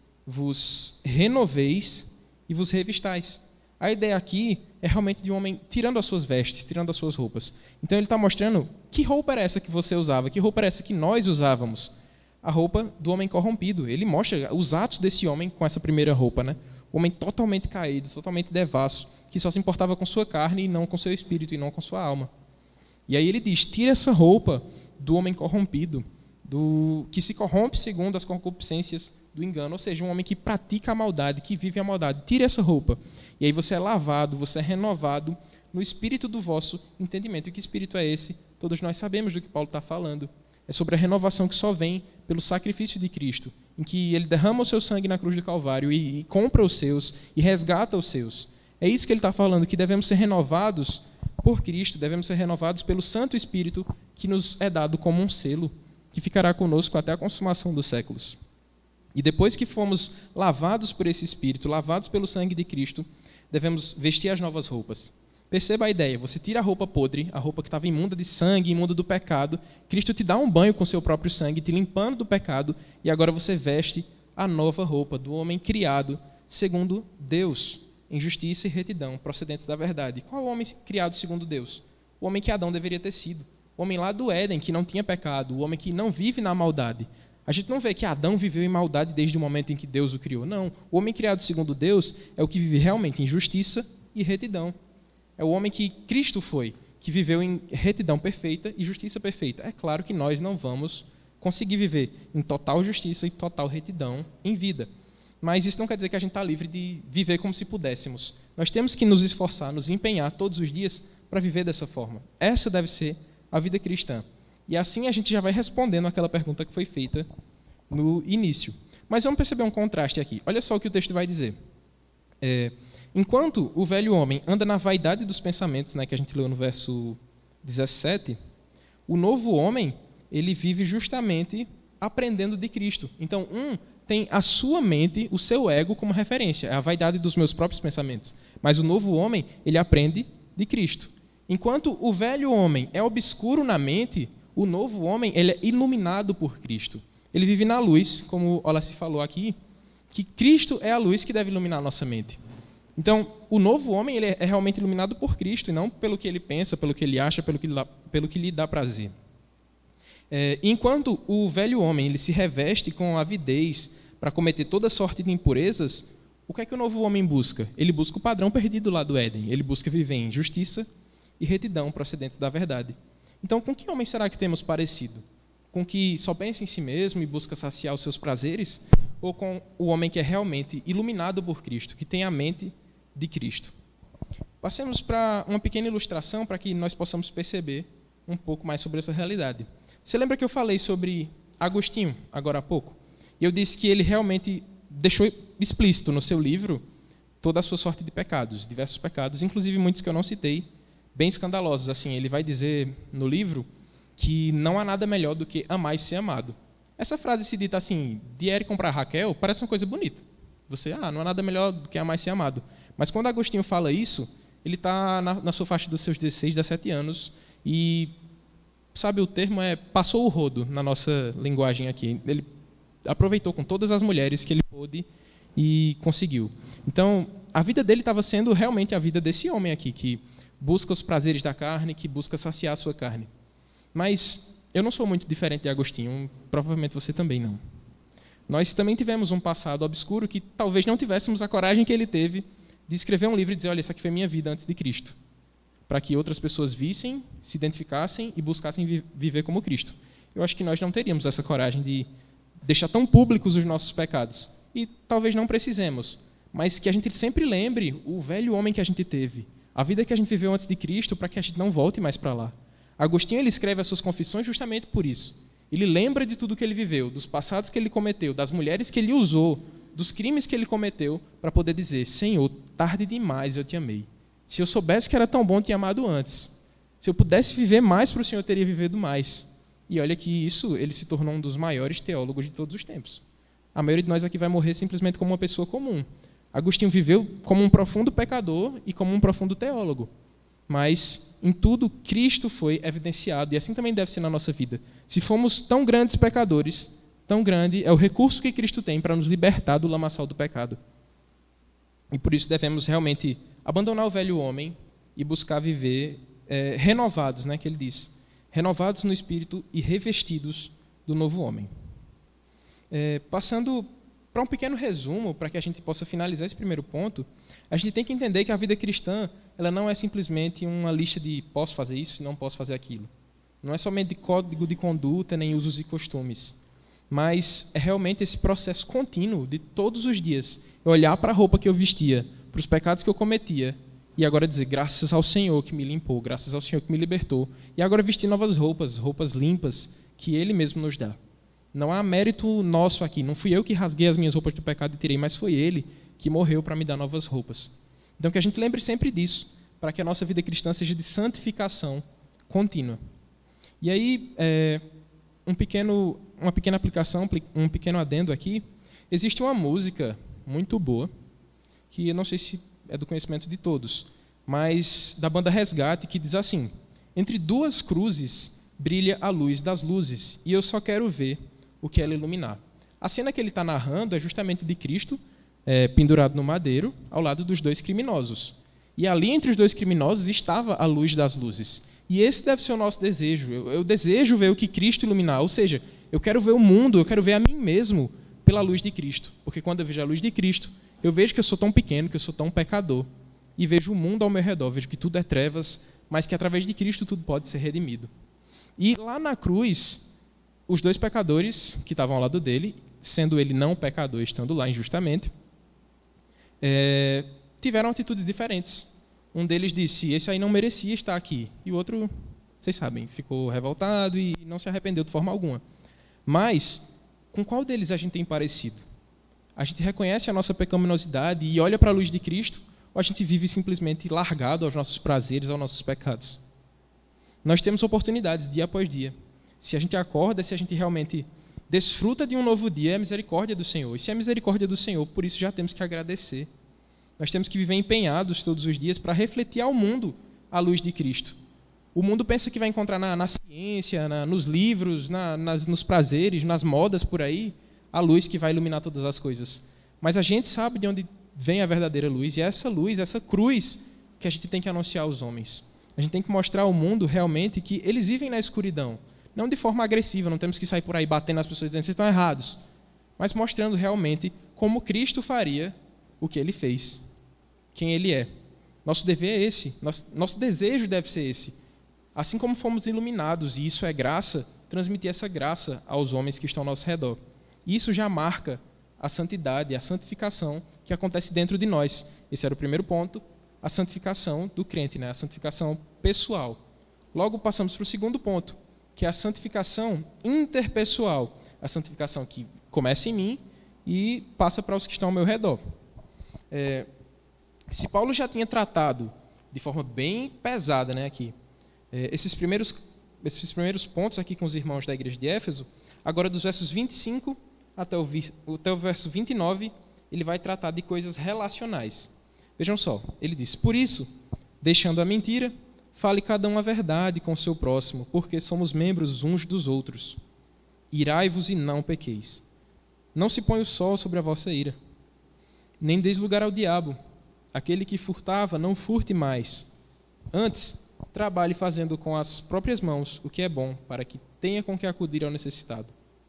vos renoveis e vos revistais. A ideia aqui é realmente de um homem tirando as suas vestes, tirando as suas roupas. Então ele está mostrando que roupa era essa que você usava, que roupa era essa que nós usávamos. A roupa do homem corrompido. Ele mostra os atos desse homem com essa primeira roupa, né? O homem totalmente caído, totalmente devasso, que só se importava com sua carne e não com seu espírito e não com sua alma. E aí ele diz, tira essa roupa do homem corrompido, do que se corrompe segundo as concupiscências do engano, ou seja, um homem que pratica a maldade, que vive a maldade. Tira essa roupa. E aí você é lavado, você é renovado no espírito do vosso entendimento. E que espírito é esse? Todos nós sabemos do que Paulo está falando. É sobre a renovação que só vem pelo sacrifício de Cristo, em que ele derrama o seu sangue na cruz do Calvário e, e compra os seus, e resgata os seus. É isso que ele está falando, que devemos ser renovados por Cristo, devemos ser renovados pelo Santo Espírito que nos é dado como um selo, que ficará conosco até a consumação dos séculos. E depois que fomos lavados por esse Espírito, lavados pelo sangue de Cristo, devemos vestir as novas roupas. Perceba a ideia, você tira a roupa podre, a roupa que estava imunda de sangue, imunda do pecado, Cristo te dá um banho com seu próprio sangue, te limpando do pecado, e agora você veste a nova roupa do homem criado segundo Deus, em justiça e retidão, procedentes da verdade. Qual homem criado segundo Deus? O homem que Adão deveria ter sido. O homem lá do Éden, que não tinha pecado, o homem que não vive na maldade. A gente não vê que Adão viveu em maldade desde o momento em que Deus o criou. Não, o homem criado segundo Deus é o que vive realmente em justiça e retidão. É o homem que Cristo foi, que viveu em retidão perfeita e justiça perfeita. É claro que nós não vamos conseguir viver em total justiça e total retidão em vida. Mas isso não quer dizer que a gente está livre de viver como se pudéssemos. Nós temos que nos esforçar, nos empenhar todos os dias para viver dessa forma. Essa deve ser a vida cristã. E assim a gente já vai respondendo aquela pergunta que foi feita no início. Mas vamos perceber um contraste aqui. Olha só o que o texto vai dizer. É, enquanto o velho homem anda na vaidade dos pensamentos, né, que a gente leu no verso dezessete, o novo homem ele vive justamente aprendendo de Cristo. Então, um tem a sua mente, o seu ego como referência, é a vaidade dos meus próprios pensamentos. Mas o novo homem, ele aprende de Cristo. Enquanto o velho homem é obscuro na mente, o novo homem, ele é iluminado por Cristo. Ele vive na luz, como Olaci falou aqui, que Cristo é a luz que deve iluminar a nossa mente. Então, o novo homem, ele é realmente iluminado por Cristo, e não pelo que ele pensa, pelo que ele acha, pelo que, pelo que lhe dá prazer. É, enquanto o velho homem ele se reveste com avidez para cometer toda sorte de impurezas, o que é que o novo homem busca? Ele busca o padrão perdido lá do Éden. Ele busca viver em justiça e retidão procedentes da verdade. Então, com que homem será que temos parecido? Com que só pensa em si mesmo e busca saciar os seus prazeres? Ou com o homem que é realmente iluminado por Cristo, que tem a mente de Cristo? Passemos para uma pequena ilustração para que nós possamos perceber um pouco mais sobre essa realidade. Você lembra que eu falei sobre Agostinho, agora há pouco? E eu disse que ele realmente deixou explícito no seu livro toda a sua sorte de pecados, diversos pecados, inclusive muitos que eu não citei, bem escandalosos. Assim, ele vai dizer no livro que não há nada melhor do que amar e ser amado. Essa frase se dita assim, de Érico para Raquel, parece uma coisa bonita. Você, ah, não há nada melhor do que amar e ser amado. Mas quando Agostinho fala isso, ele está na, na sua faixa dos seus dezesseis, dezessete anos e... sabe, o termo é passou o rodo na nossa linguagem aqui. Ele aproveitou com todas as mulheres que ele pôde e conseguiu. Então, a vida dele estava sendo realmente a vida desse homem aqui, que busca os prazeres da carne, que busca saciar a sua carne. Mas eu não sou muito diferente de Agostinho, provavelmente você também não. Nós também tivemos um passado obscuro que talvez não tivéssemos a coragem que ele teve de escrever um livro e dizer, olha, essa aqui foi minha vida antes de Cristo, para que outras pessoas vissem, se identificassem e buscassem vi- viver como Cristo. Eu acho que nós não teríamos essa coragem de deixar tão públicos os nossos pecados. E talvez não precisemos, mas que a gente sempre lembre o velho homem que a gente teve, a vida que a gente viveu antes de Cristo, para que a gente não volte mais para lá. Agostinho ele escreve as suas confissões justamente por isso. Ele lembra de tudo que ele viveu, dos passados que ele cometeu, das mulheres que ele usou, dos crimes que ele cometeu, para poder dizer, Senhor, tarde demais eu te amei. Se eu soubesse que era tão bom ter amado antes, se eu pudesse viver mais para o Senhor, eu teria vivido mais. E olha que isso, ele se tornou um dos maiores teólogos de todos os tempos. A maioria de nós aqui vai morrer simplesmente como uma pessoa comum. Agostinho viveu como um profundo pecador e como um profundo teólogo. Mas, em tudo, Cristo foi evidenciado, e assim também deve ser na nossa vida. Se fomos tão grandes pecadores, tão grande é o recurso que Cristo tem para nos libertar do lamaçal do pecado. E por isso devemos realmente abandonar o velho homem e buscar viver é, renovados, né, que ele diz, renovados no espírito e revestidos do novo homem. É, passando para um pequeno resumo, para que a gente possa finalizar esse primeiro ponto, a gente tem que entender que a vida cristã ela não é simplesmente uma lista de posso fazer isso e não posso fazer aquilo. Não é somente de código de conduta, nem usos e costumes, mas é realmente esse processo contínuo de todos os dias, eu olhar para a roupa que eu vestia, para os pecados que eu cometia, e agora dizer, graças ao Senhor que me limpou, graças ao Senhor que me libertou, e agora vestir novas roupas, roupas limpas, que Ele mesmo nos dá. Não há mérito nosso aqui, não fui eu que rasguei as minhas roupas do pecado e tirei, mas foi Ele que morreu para me dar novas roupas. Então que a gente lembre sempre disso, para que a nossa vida cristã seja de santificação contínua. E aí, é, um pequeno, uma pequena aplicação, um pequeno adendo aqui, existe uma música muito boa, que eu não sei se é do conhecimento de todos, mas da banda Resgate, que diz assim, entre duas cruzes brilha a luz das luzes, e eu só quero ver o que ela iluminar. A cena que ele está narrando é justamente de Cristo, é, pendurado no madeiro, ao lado dos dois criminosos. E ali entre os dois criminosos estava a luz das luzes. E esse deve ser o nosso desejo. Eu, eu desejo ver o que Cristo iluminar, ou seja, eu quero ver o mundo, eu quero ver a mim mesmo pela luz de Cristo. Porque quando eu vejo a luz de Cristo, eu vejo que eu sou tão pequeno, que eu sou tão pecador, e vejo o mundo ao meu redor, vejo que tudo é trevas, mas que através de Cristo tudo pode ser redimido. E lá na cruz, os dois pecadores que estavam ao lado dele, sendo ele não pecador, estando lá injustamente, é, tiveram atitudes diferentes. Um deles disse, esse aí não merecia estar aqui. E o outro, vocês sabem, ficou revoltado e não se arrependeu de forma alguma. Mas, com qual deles a gente tem parecido? A gente reconhece a nossa pecaminosidade e olha para a luz de Cristo, ou a gente vive simplesmente largado aos nossos prazeres, aos nossos pecados? Nós temos oportunidades dia após dia Se a gente acorda, se a gente realmente desfruta de um novo dia, é a misericórdia do Senhor. E se é a misericórdia do Senhor, por isso já temos que agradecer. Nós temos que viver empenhados todos os dias para refletir ao mundo a luz de Cristo. O mundo pensa que vai encontrar na, na ciência, na, nos livros, na, nas, nos prazeres, nas modas por aí, a luz que vai iluminar todas as coisas. Mas a gente sabe de onde vem a verdadeira luz, e é essa luz, essa cruz, que a gente tem que anunciar aos homens. A gente tem que mostrar ao mundo realmente que eles vivem na escuridão. Não de forma agressiva, não temos que sair por aí batendo nas pessoas dizendo que vocês estão errados, mas mostrando realmente como Cristo faria o que ele fez, quem ele é. Nosso dever é esse, nosso, nosso desejo deve ser esse. Assim como fomos iluminados, e isso é graça, transmitir essa graça aos homens que estão ao nosso redor. E isso já marca a santidade, a santificação que acontece dentro de nós. Esse era o primeiro ponto, a santificação do crente, né? A santificação pessoal. Logo passamos para o segundo ponto, que é a santificação interpessoal, a santificação que começa em mim e passa para os que estão ao meu redor. É, se Paulo já tinha tratado de forma bem pesada, né, aqui, é, esses, primeiros, esses primeiros pontos aqui com os irmãos da igreja de Éfeso, agora dos versos vinte e cinco até o, até o verso vinte e nove, ele vai tratar de coisas relacionais. Vejam só, ele diz: por isso, deixando a mentira, fale cada um a verdade com o seu próximo, porque somos membros uns dos outros. Irai-vos e não pequeis. Não se põe o sol sobre a vossa ira, nem deis lugar ao diabo. Aquele que furtava, não furte mais. Antes, trabalhe fazendo com as próprias mãos o que é bom, para que tenha com que acudir ao necessitado.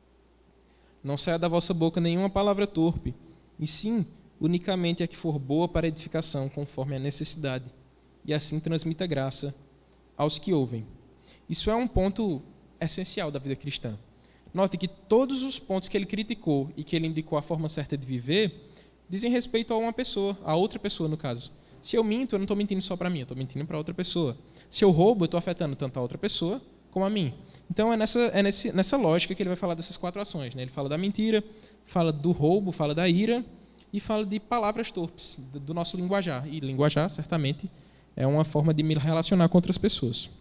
Não saia da vossa boca nenhuma palavra torpe, e sim, unicamente a que for boa para edificação, conforme a necessidade, e assim transmita graça aos que ouvem. Isso é um ponto essencial da vida cristã. Note que todos os pontos que ele criticou e que ele indicou a forma certa de viver dizem respeito a uma pessoa, a outra pessoa no caso. Se eu minto, eu não estou mentindo só para mim, eu estou mentindo para outra pessoa. Se eu roubo, eu estou afetando tanto a outra pessoa como a mim. Então é nessa, é nesse, nessa lógica que ele vai falar dessas quatro ações, né? Ele fala da mentira, fala do roubo, fala da ira e fala de palavras torpes, do nosso linguajar. E linguajar, certamente, é uma forma de me relacionar com outras pessoas.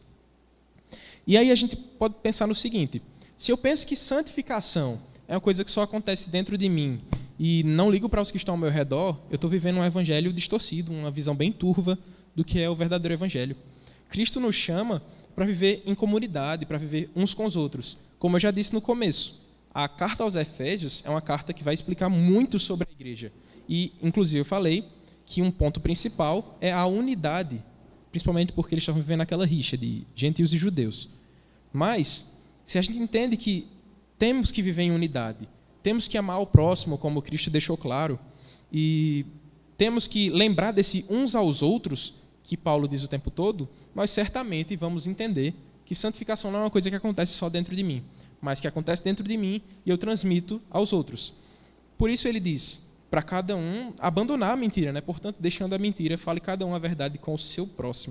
E aí a gente pode pensar no seguinte: se eu penso que santificação é uma coisa que só acontece dentro de mim e não ligo para os que estão ao meu redor, eu estou vivendo um evangelho distorcido, uma visão bem turva do que é o verdadeiro evangelho. Cristo nos chama para viver em comunidade, para viver uns com os outros. Como eu já disse no começo, a carta aos Efésios é uma carta que vai explicar muito sobre a igreja. E, inclusive, eu falei que um ponto principal é a unidade, principalmente porque eles estavam vivendo aquela rixa de gentios e judeus. Mas, se a gente entende que temos que viver em unidade, temos que amar o próximo, como Cristo deixou claro, e temos que lembrar desse uns aos outros, que Paulo diz o tempo todo, nós certamente vamos entender que santificação não é uma coisa que acontece só dentro de mim, mas que acontece dentro de mim e eu transmito aos outros. Por isso ele diz, para cada um abandonar a mentira, né? Portanto, deixando a mentira, fale cada um a verdade com o seu próximo.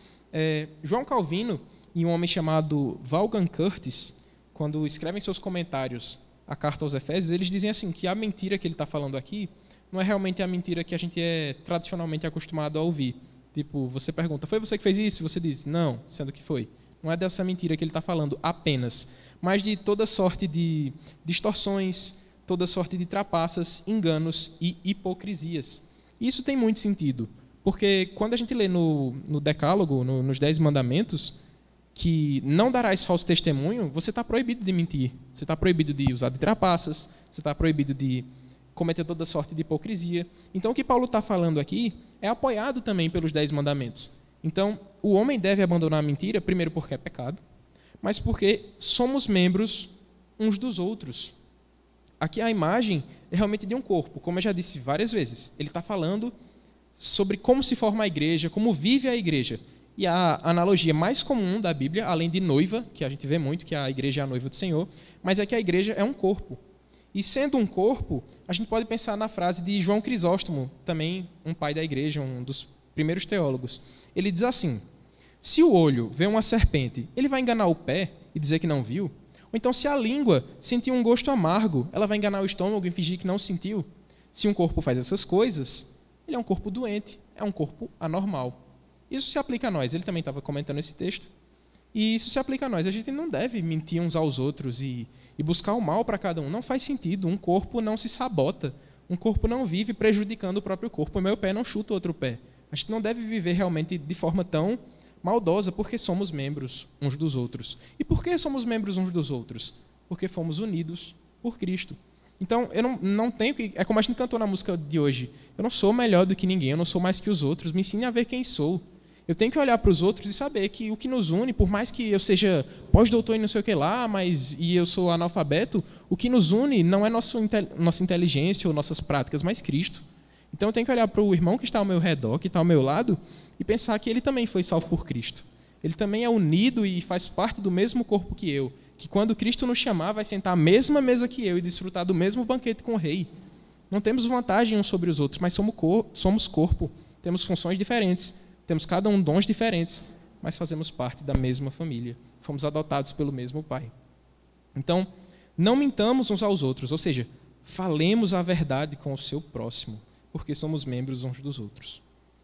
É, João Calvino e um homem chamado Vaughan Curtis, quando escrevem seus comentários à carta aos Efésios, eles dizem assim, que a mentira que ele está falando aqui não é realmente a mentira que a gente é tradicionalmente acostumado a ouvir. Tipo, você pergunta, foi você que fez isso? Você diz, não, sendo que foi. Não é dessa mentira que ele está falando apenas, mas de toda sorte de distorções, toda sorte de trapaças, enganos e hipocrisias. Isso tem muito sentido, porque quando a gente lê no, no Decálogo, no, nos Dez Mandamentos, que não darás falso testemunho, você está proibido de mentir, você está proibido de usar de trapaças, você está proibido de cometer toda sorte de hipocrisia. Então, o que Paulo está falando aqui é apoiado também pelos Dez Mandamentos. Então, o homem deve abandonar a mentira, primeiro porque é pecado, mas porque somos membros uns dos outros. Aqui a imagem é realmente de um corpo, como eu já disse várias vezes. Ele está falando sobre como se forma a igreja, como vive a igreja. E a analogia mais comum da Bíblia, além de noiva, que a gente vê muito, que a igreja é a noiva do Senhor, mas é que a igreja é um corpo. E sendo um corpo, a gente pode pensar na frase de João Crisóstomo, também um pai da igreja, um dos primeiros teólogos. Ele diz assim, se o olho vê uma serpente, ele vai enganar o pé e dizer que não viu? Ou então, se a língua sentir um gosto amargo, ela vai enganar o estômago e fingir que não sentiu? Se um corpo faz essas coisas, ele é um corpo doente, é um corpo anormal. Isso se aplica a nós. Ele também estava comentando esse texto. E isso se aplica a nós. A gente não deve mentir uns aos outros e, e buscar o mal para cada um. Não faz sentido. Um corpo não se sabota. Um corpo não vive prejudicando o próprio corpo. O meu pé não chuta o outro pé. A gente não deve viver realmente de forma tão maldosa, porque somos membros uns dos outros. E por que somos membros uns dos outros? Porque fomos unidos por Cristo. Então, eu não, não tenho que... É como a gente cantou na música de hoje. Eu não sou melhor do que ninguém, eu não sou mais que os outros. Me ensine a ver quem sou. Eu tenho que olhar para os outros e saber que o que nos une, por mais que eu seja pós-doutor e não sei o que lá, mas, e eu sou analfabeto, o que nos une não é nosso, nossa inteligência ou nossas práticas, mas Cristo. Então, eu tenho que olhar para o irmão que está ao meu redor, que está ao meu lado, e pensar que ele também foi salvo por Cristo. Ele também é unido e faz parte do mesmo corpo que eu. Que quando Cristo nos chamar, vai sentar à mesma mesa que eu e desfrutar do mesmo banquete com o rei. Não temos vantagem uns sobre os outros, mas somos, cor somos corpo, temos funções diferentes, temos cada um dons diferentes, mas fazemos parte da mesma família. Fomos adotados pelo mesmo Pai. Então, não mintamos uns aos outros, ou seja, falemos a verdade com o seu próximo, porque somos membros uns dos outros.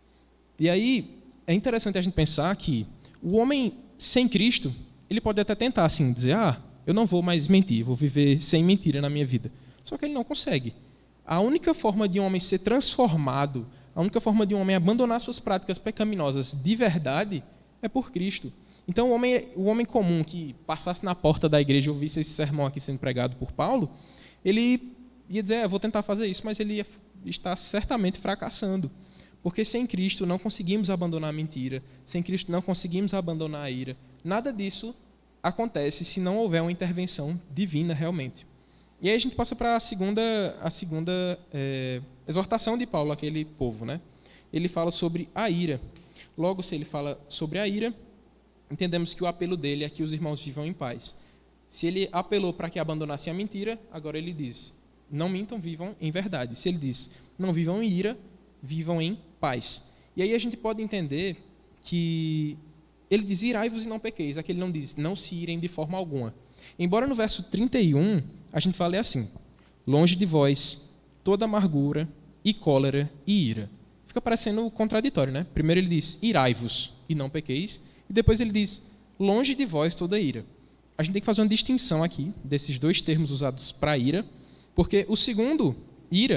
E aí, é interessante a gente pensar que o homem sem Cristo, ele pode até tentar assim, dizer, ah, eu não vou mais mentir, vou viver sem mentira na minha vida. Só que ele não consegue. A única forma de um homem ser transformado, a única forma de um homem abandonar suas práticas pecaminosas de verdade é por Cristo. Então, o homem, o homem comum que passasse na porta da igreja e ouvisse esse sermão aqui sendo pregado por Paulo, ele ia dizer, é, vou tentar fazer isso, mas ele ia estar certamente fracassando. Porque sem Cristo não conseguimos abandonar a mentira, sem Cristo não conseguimos abandonar a ira. Nada disso acontece se não houver uma intervenção divina realmente. E aí a gente passa para a segunda, a segunda é, exortação de Paulo àquele povo, né? Ele fala sobre a ira. Logo, se ele fala sobre a ira, entendemos que o apelo dele é que os irmãos vivam em paz. Se ele apelou para que abandonassem a mentira, agora ele diz, não mintam, vivam em verdade. Se ele diz, não vivam em ira, vivam em paz. E aí a gente pode entender que ele diz, irai-vos e não pequeis. Aqui ele não diz, não se irem de forma alguma. Embora no verso trinta e um, a gente fale assim, longe de vós toda amargura e cólera e ira. Fica parecendo contraditório, né? Primeiro ele diz, irai-vos e não pequeis, e depois ele diz, longe de vós toda ira. A gente tem que fazer uma distinção aqui desses dois termos usados para ira, porque o segundo, ira,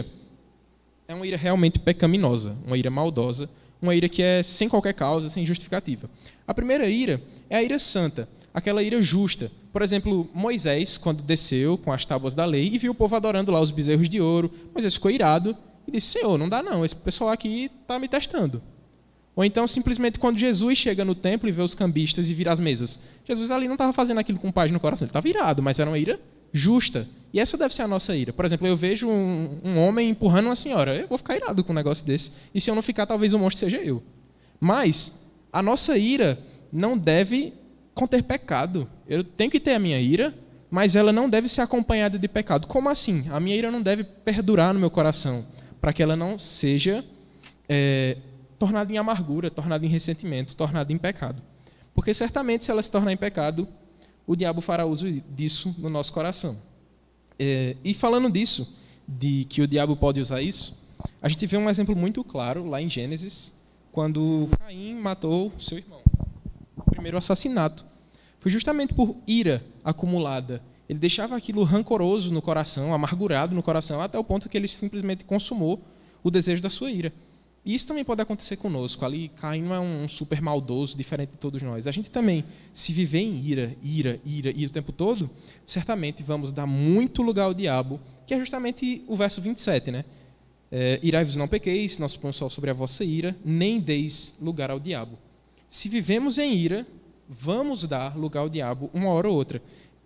é uma ira realmente pecaminosa, uma ira maldosa, uma ira que é sem qualquer causa, sem justificativa. A primeira ira é a ira santa, aquela ira justa. Por exemplo, Moisés, quando desceu com as tábuas da lei e viu o povo adorando lá os bezerros de ouro, Moisés ficou irado e disse, Senhor, não dá não, esse pessoal aqui está me testando. Ou então, simplesmente, quando Jesus chega no templo e vê os cambistas e vira as mesas, Jesus ali não estava fazendo aquilo com paz no coração, ele estava irado, mas era uma ira justa. E essa deve ser a nossa ira. Por exemplo, eu vejo um, um homem empurrando uma senhora. Eu vou ficar irado com um negócio desse. E se eu não ficar, talvez o monstro seja eu. Mas a nossa ira não deve conter pecado. Eu tenho que ter a minha ira, mas ela não deve ser acompanhada de pecado. Como assim? A minha ira não deve perdurar no meu coração, para que ela não seja é, tornada em amargura, tornada em ressentimento, tornada em pecado. Porque certamente, se ela se tornar em pecado, o diabo fará uso disso no nosso coração. É, e falando disso, de que o diabo pode usar isso, a gente vê um exemplo muito claro lá em Gênesis, quando Caim matou seu irmão. O primeiro assassinato. Foi justamente por ira acumulada. Ele deixava aquilo rancoroso no coração, amargurado no coração, até o ponto que ele simplesmente consumou o desejo da sua ira. E isso também pode acontecer conosco. Ali, Caim não é um super maldoso, diferente de todos nós. A gente também, se viver em ira, ira, ira, ira o tempo todo, certamente vamos dar muito lugar ao diabo, que é justamente o verso vinte e sete, né? É, irai-vos não pequeis, não se põe o sol sobre a vossa ira, nem deis lugar ao diabo. Se vivemos em ira, vamos dar lugar ao diabo uma hora ou outra.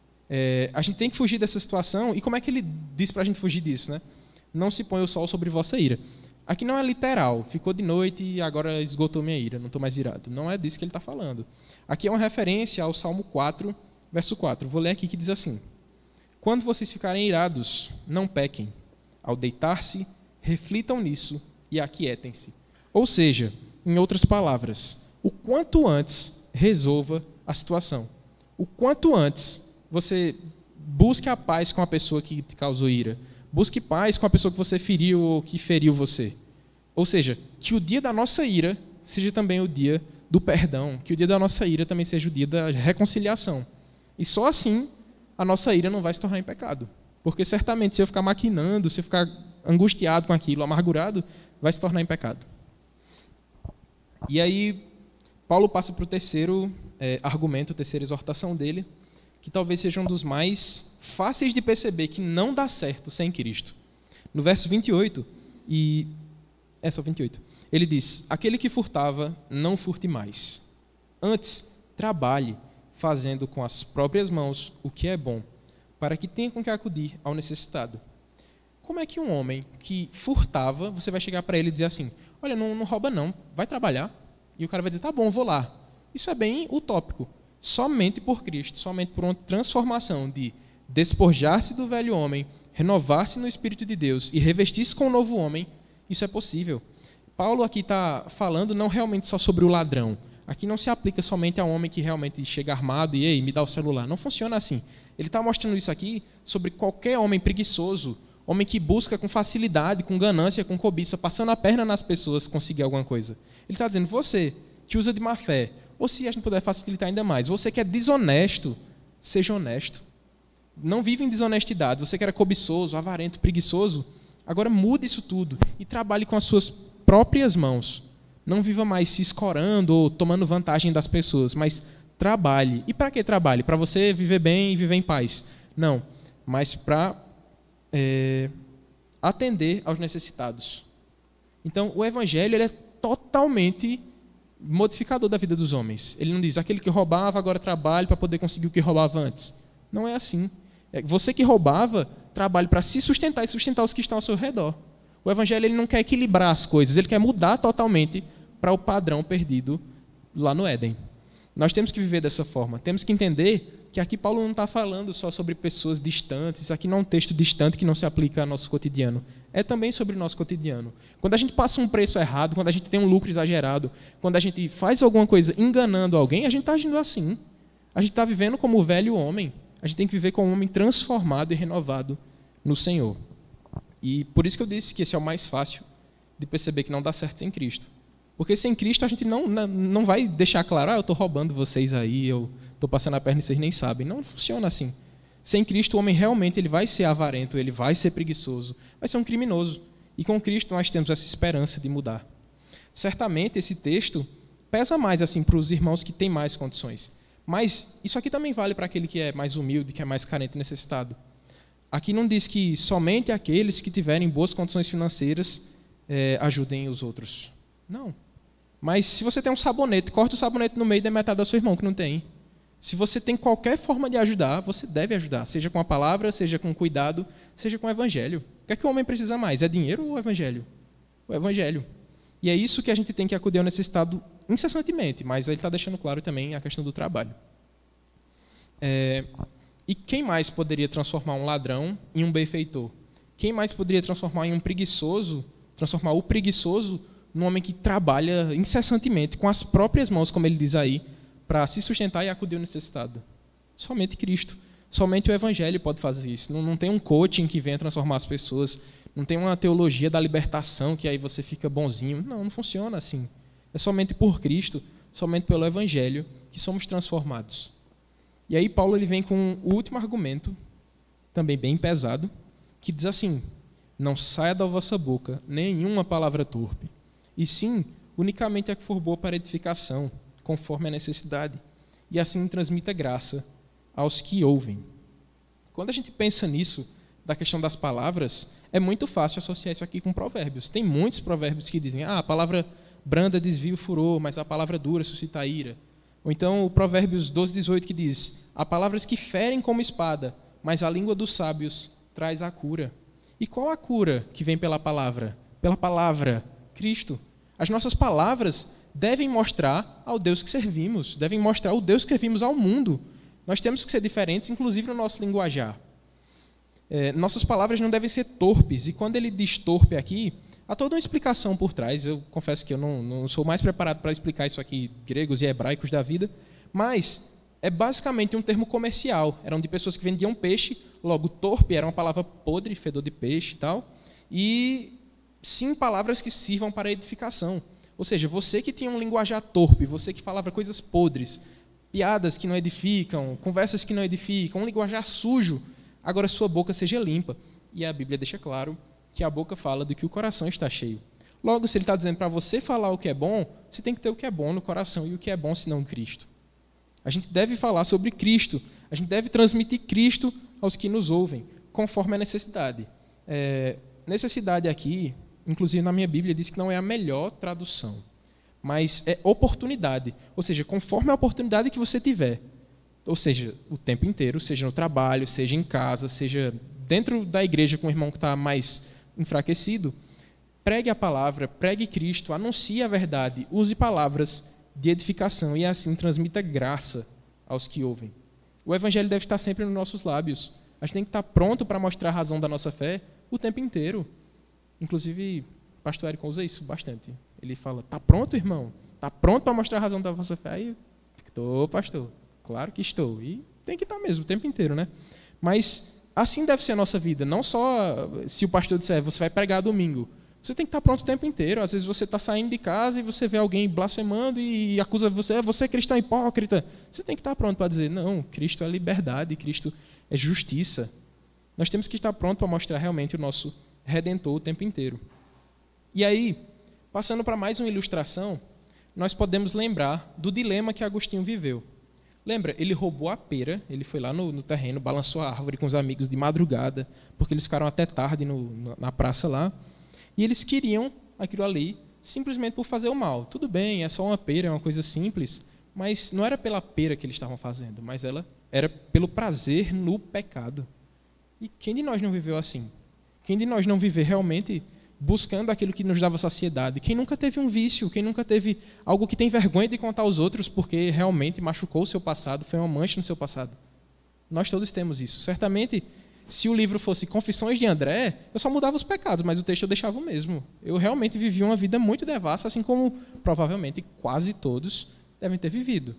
É, a gente tem que fugir dessa situação. E como é que ele diz para a gente fugir disso, né? Não se põe o sol sobre vossa ira. Aqui não é literal, ficou de noite e agora esgotou minha ira, não estou mais irado. Não é disso que ele está falando. Aqui é uma referência ao Salmo quatro, verso quatro. Vou ler aqui que diz assim, quando vocês ficarem irados, não pequem. Ao deitar-se, reflitam nisso e aquietem-se. Ou seja, em outras palavras, o quanto antes resolva a situação. O quanto antes você busque a paz com a pessoa que te causou ira. Busque paz com a pessoa que você feriu ou que feriu você. Ou seja, que o dia da nossa ira seja também o dia do perdão, que o dia da nossa ira também seja o dia da reconciliação. E só assim a nossa ira não vai se tornar em pecado. Porque certamente se eu ficar maquinando, se eu ficar angustiado com aquilo, amargurado, vai se tornar em pecado. E aí Paulo passa para o terceiro é, argumento, a terceira exortação dele, que talvez seja um dos mais fáceis de perceber que não dá certo sem Cristo. No verso vinte e oito, e... é só vinte e oito, ele diz: aquele que furtava, não furte mais. Antes, trabalhe, fazendo com as próprias mãos o que é bom, para que tenha com que acudir ao necessitado. Como é que um homem que furtava, você vai chegar para ele e dizer assim: olha, não, não rouba não, vai trabalhar? E o cara vai dizer: tá bom, vou lá. Isso é bem utópico. Somente por Cristo, somente por uma transformação de despojar-se do velho homem, renovar-se no Espírito de Deus e revestir-se com o novo homem, isso é possível. Paulo aqui está falando não realmente só sobre o ladrão. Aqui não se aplica somente a um homem que realmente chega armado e, ei, me dá o celular. Não funciona assim. Ele está mostrando isso aqui sobre qualquer homem preguiçoso, homem que busca com facilidade, com ganância, com cobiça, passando a perna nas pessoas, conseguir alguma coisa. Ele está dizendo: você que usa de má fé, ou se a gente puder facilitar ainda mais, você que é desonesto, seja honesto. Não vive em desonestidade. Você que era cobiçoso, avarento, preguiçoso, agora mude isso tudo e trabalhe com as suas próprias mãos. Não viva mais se escorando ou tomando vantagem das pessoas, mas trabalhe. E para que trabalhe? Para você viver bem e viver em paz? Não, mas para é, atender aos necessitados. Então, o Evangelho ele é totalmente modificador da vida dos homens. Ele não diz: aquele que roubava agora trabalhe para poder conseguir o que roubava antes. Não é assim. Você que roubava, trabalhe para se sustentar e sustentar os que estão ao seu redor. O Evangelho ele não quer equilibrar as coisas, ele quer mudar totalmente para o padrão perdido lá no Éden. Nós temos que viver dessa forma. Temos que entender que aqui Paulo não está falando só sobre pessoas distantes. Isso aqui não é um texto distante que não se aplica ao nosso cotidiano. É também sobre o nosso cotidiano. Quando a gente passa um preço errado, quando a gente tem um lucro exagerado, quando a gente faz alguma coisa enganando alguém, a gente está agindo assim. A gente está vivendo como o velho homem. A gente tem que viver como um homem transformado e renovado no Senhor. E por isso que eu disse que esse é o mais fácil de perceber que não dá certo sem Cristo. Porque sem Cristo a gente não, não vai deixar claro: ah, eu estou roubando vocês aí, eu estou passando a perna e vocês nem sabem. Não funciona assim. Sem Cristo o homem realmente ele vai ser avarento, ele vai ser preguiçoso, vai ser um criminoso. E com Cristo nós temos essa esperança de mudar. Certamente esse texto pesa mais assim para os irmãos que têm mais condições. Mas isso aqui também vale para aquele que é mais humilde, que é mais carente e necessitado. Aqui não diz que somente aqueles que tiverem boas condições financeiras é, ajudem os outros. Não. Mas se você tem um sabonete, corta o sabonete no meio e dê metade do seu irmão que não tem. Se você tem qualquer forma de ajudar, você deve ajudar. Seja com a palavra, seja com cuidado, seja com o evangelho. O que é que o homem precisa mais? É dinheiro ou o evangelho? O evangelho. E é isso que a gente tem que acudir ao necessitado incessantemente, mas ele está deixando claro também a questão do trabalho. É, e quem mais poderia transformar um ladrão em um benfeitor? Quem mais poderia transformar em um preguiçoso, transformar o preguiçoso num homem que trabalha incessantemente, com as próprias mãos, como ele diz aí, para se sustentar e acudir ao necessitado? Somente Cristo. Somente o Evangelho pode fazer isso. Não, não tem um coaching que venha transformar as pessoas. Não tem uma teologia da libertação que aí você fica bonzinho. Não, não funciona assim. É somente por Cristo, somente pelo Evangelho, que somos transformados. E aí Paulo ele vem com o último argumento, também bem pesado, que diz assim: não saia da vossa boca nenhuma palavra torpe, e sim, unicamente a que for boa para edificação, conforme a necessidade, e assim transmita graça aos que ouvem. Quando a gente pensa nisso, da questão das palavras, é muito fácil associar isso aqui com provérbios. Tem muitos provérbios que dizem: ah, a palavra branda desvia o furor, mas a palavra dura suscita a ira. Ou então o Provérbios doze, dezoito, que diz: há palavras que ferem como espada, mas a língua dos sábios traz a cura. E qual a cura que vem pela palavra? Pela palavra, Cristo. As nossas palavras devem mostrar ao Deus que servimos, devem mostrar o Deus que servimos ao mundo. Nós temos que ser diferentes, inclusive no nosso linguajar. É, nossas palavras não devem ser torpes, e quando ele diz torpe aqui, há toda uma explicação por trás. Eu confesso que eu não, não sou mais preparado para explicar isso aqui, gregos e hebraicos da vida, mas é basicamente um termo comercial. Eram de pessoas que vendiam peixe, logo torpe era uma palavra podre, fedor de peixe e tal, e sim palavras que sirvam para edificação. Ou seja, você que tinha um linguajar torpe, você que falava coisas podres, piadas que não edificam, conversas que não edificam, um linguajar sujo, agora sua boca seja limpa. E a Bíblia deixa claro que a boca fala do que o coração está cheio. Logo, se ele está dizendo para você falar o que é bom, você tem que ter o que é bom no coração. E o que é bom senão Cristo? A gente deve falar sobre Cristo. A gente deve transmitir Cristo aos que nos ouvem, conforme a necessidade. É, necessidade aqui, inclusive na minha Bíblia, diz que não é a melhor tradução, mas é oportunidade. Ou seja, conforme a oportunidade que você tiver. Ou seja, o tempo inteiro, seja no trabalho, seja em casa, seja dentro da igreja com o irmão que está mais enfraquecido, pregue a palavra, pregue Cristo, anuncie a verdade, use palavras de edificação e assim transmita graça aos que ouvem. O evangelho deve estar sempre nos nossos lábios. A gente tem que estar pronto para mostrar a razão da nossa fé o tempo inteiro. Inclusive, o pastor Érico usa isso bastante. Ele fala, está pronto, irmão? Está pronto para mostrar a razão da vossa fé? Aí eu estou, pastor. Claro que estou. E tem que estar mesmo, o tempo inteiro, né? Mas assim deve ser a nossa vida. Não só se o pastor disser, você vai pregar domingo. Você tem que estar pronto o tempo inteiro. Às vezes você está saindo de casa e você vê alguém blasfemando e acusa você, você é cristão hipócrita. Você tem que estar pronto para dizer, não, Cristo é liberdade, Cristo é justiça. Nós temos que estar pronto para mostrar realmente o nosso Redentor o tempo inteiro. E aí, passando para mais uma ilustração, nós podemos lembrar do dilema que Agostinho viveu. Lembra, ele roubou a pera, ele foi lá no, no terreno, balançou a árvore com os amigos de madrugada, porque eles ficaram até tarde no, na praça lá, e eles queriam aquilo ali simplesmente por fazer o mal. Tudo bem, é só uma pera, é uma coisa simples, mas não era pela pera que eles estavam fazendo, mas ela era pelo prazer no pecado. E quem de nós não viveu assim? Quem de nós não viveu realmente buscando aquilo que nos dava saciedade? Quem nunca teve um vício? Quem nunca teve algo que tem vergonha de contar aos outros porque realmente machucou o seu passado, foi uma mancha no seu passado? Nós todos temos isso. Certamente, se o livro fosse Confissões de André, eu só mudava os pecados, mas o texto eu deixava o mesmo. Eu realmente vivi uma vida muito devassa, assim como provavelmente quase todos devem ter vivido.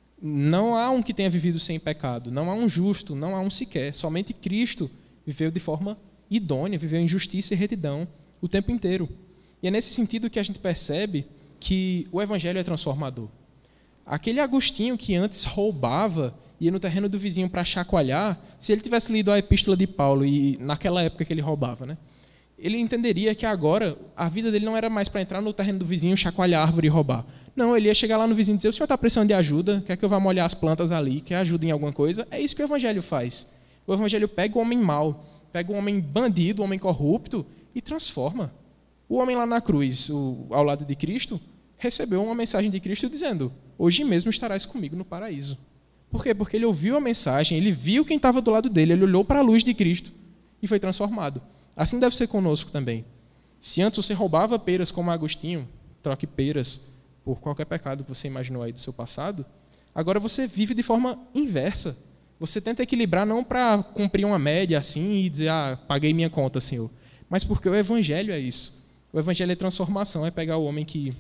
Não há um que tenha vivido sem pecado, não há um justo, não há um sequer. Somente Cristo viveu de forma idônea, viveu em justiça e retidão o tempo inteiro. E é nesse sentido que a gente percebe que o evangelho é transformador. Aquele Agostinho que antes roubava, ia no terreno do vizinho para chacoalhar, se ele tivesse lido a epístola de Paulo, e naquela época que ele roubava, né, ele entenderia que agora a vida dele não era mais para entrar no terreno do vizinho, chacoalhar a árvore e roubar. Não, ele ia chegar lá no vizinho e dizer, o senhor está precisando de ajuda, quer que eu vá molhar as plantas ali, quer ajuda em alguma coisa? É isso que o evangelho faz. O evangelho pega o homem mau, pega o homem bandido, o homem corrupto, e transforma. O homem lá na cruz, o, ao lado de Cristo, recebeu uma mensagem de Cristo dizendo, hoje mesmo estarás comigo no paraíso. Por quê? Porque ele ouviu a mensagem, ele viu quem estava do lado dele, ele olhou para a luz de Cristo e foi transformado. Assim deve ser conosco também. Se antes você roubava peras como Agostinho, troque peras por qualquer pecado que você imaginou aí do seu passado, agora você vive de forma inversa. Você tenta equilibrar não para cumprir uma média assim e dizer, ah, paguei minha conta, Senhor. Mas porque o evangelho é isso. O evangelho é transformação, é pegar o homem que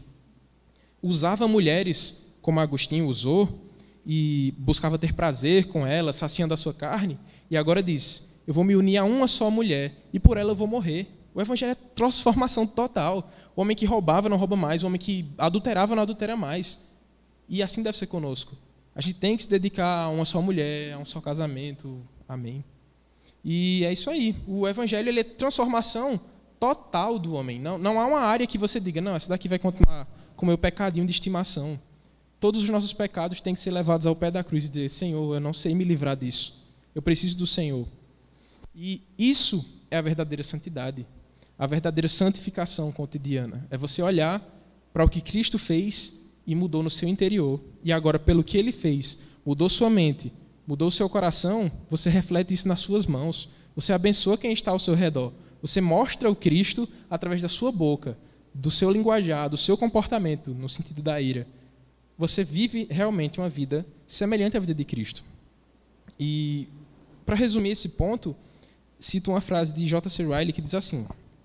usava mulheres como Agostinho usou e buscava ter prazer com elas, saciando a sua carne, e agora diz, eu vou me unir a uma só mulher e por ela eu vou morrer. O evangelho é transformação total. O homem que roubava não rouba mais, o homem que adulterava não adultera mais. E assim deve ser conosco. A gente tem que se dedicar a uma só mulher, a um só casamento. Amém. E é isso aí. O evangelho ele é transformação total do homem. Não, não há uma área que você diga, não, essa daqui vai continuar com o meu pecadinho de estimação. Todos os nossos pecados têm que ser levados ao pé da cruz e dizer, Senhor, eu não sei me livrar disso. Eu preciso do Senhor. E isso é a verdadeira santidade. A verdadeira santificação cotidiana. É você olhar para o que Cristo fez e mudou no seu interior. E agora, pelo que Ele fez, mudou sua mente, mudou seu coração, você reflete isso nas suas mãos. Você abençoa quem está ao seu redor. Você mostra o Cristo através da sua boca, do seu linguajar, do seu comportamento, no sentido da ira. Você vive realmente uma vida semelhante à vida de Cristo. E, para resumir esse ponto, cito uma frase de J C Riley que diz assim,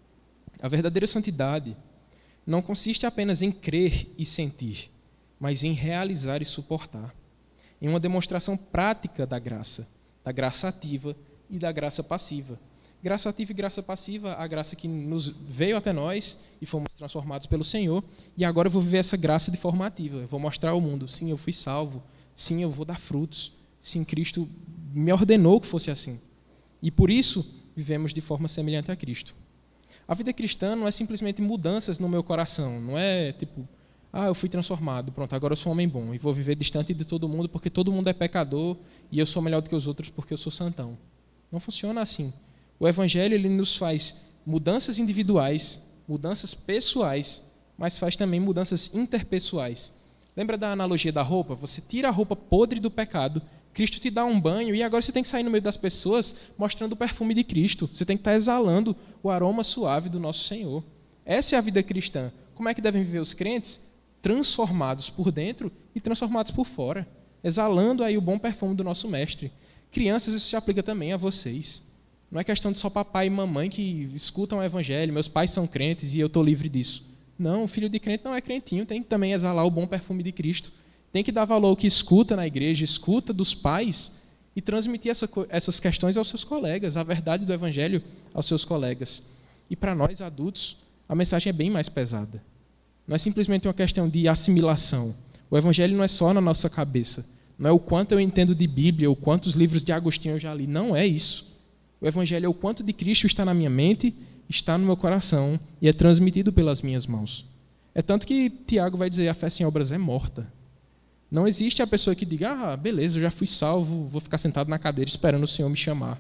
a verdadeira santidade não consiste apenas em crer e sentir, mas em realizar e suportar. Em uma demonstração prática da graça, da graça ativa e da graça passiva. Graça ativa e graça passiva, a graça que nos veio até nós e fomos transformados pelo Senhor, e agora eu vou viver essa graça de forma ativa. Eu vou mostrar ao mundo, sim, eu fui salvo, sim, eu vou dar frutos, sim, Cristo me ordenou que fosse assim. E por isso vivemos de forma semelhante a Cristo. A vida cristã não é simplesmente mudanças no meu coração, não é tipo, ah, eu fui transformado, pronto, agora eu sou um homem bom e vou viver distante de todo mundo porque todo mundo é pecador e eu sou melhor do que os outros porque eu sou santão. Não funciona assim. O Evangelho ele nos faz mudanças individuais, mudanças pessoais, mas faz também mudanças interpessoais. Lembra da analogia da roupa? Você tira a roupa podre do pecado, Cristo te dá um banho e agora você tem que sair no meio das pessoas mostrando o perfume de Cristo. Você tem que estar exalando o aroma suave do nosso Senhor. Essa é a vida cristã. Como é que devem viver os crentes? Transformados por dentro e transformados por fora. Exalando aí o bom perfume do nosso Mestre. Crianças, isso se aplica também a vocês. Não é questão de só papai e mamãe que escutam o Evangelho, meus pais são crentes e eu estou livre disso. Não, o filho de crente não é crentinho, tem que também exalar o bom perfume de Cristo. Tem que dar valor ao que escuta na igreja, escuta dos pais e transmitir essa, essas questões aos seus colegas, a verdade do Evangelho aos seus colegas. E para nós, adultos, a mensagem é bem mais pesada. Não é simplesmente uma questão de assimilação. O Evangelho não é só na nossa cabeça. Não é o quanto eu entendo de Bíblia, ou quantos livros de Agostinho eu já li. Não é isso. O Evangelho é o quanto de Cristo está na minha mente, está no meu coração e é transmitido pelas minhas mãos. É tanto que Tiago vai dizer, a fé sem obras é morta. Não existe a pessoa que diga, ah, beleza, eu já fui salvo, vou ficar sentado na cadeira esperando o Senhor me chamar.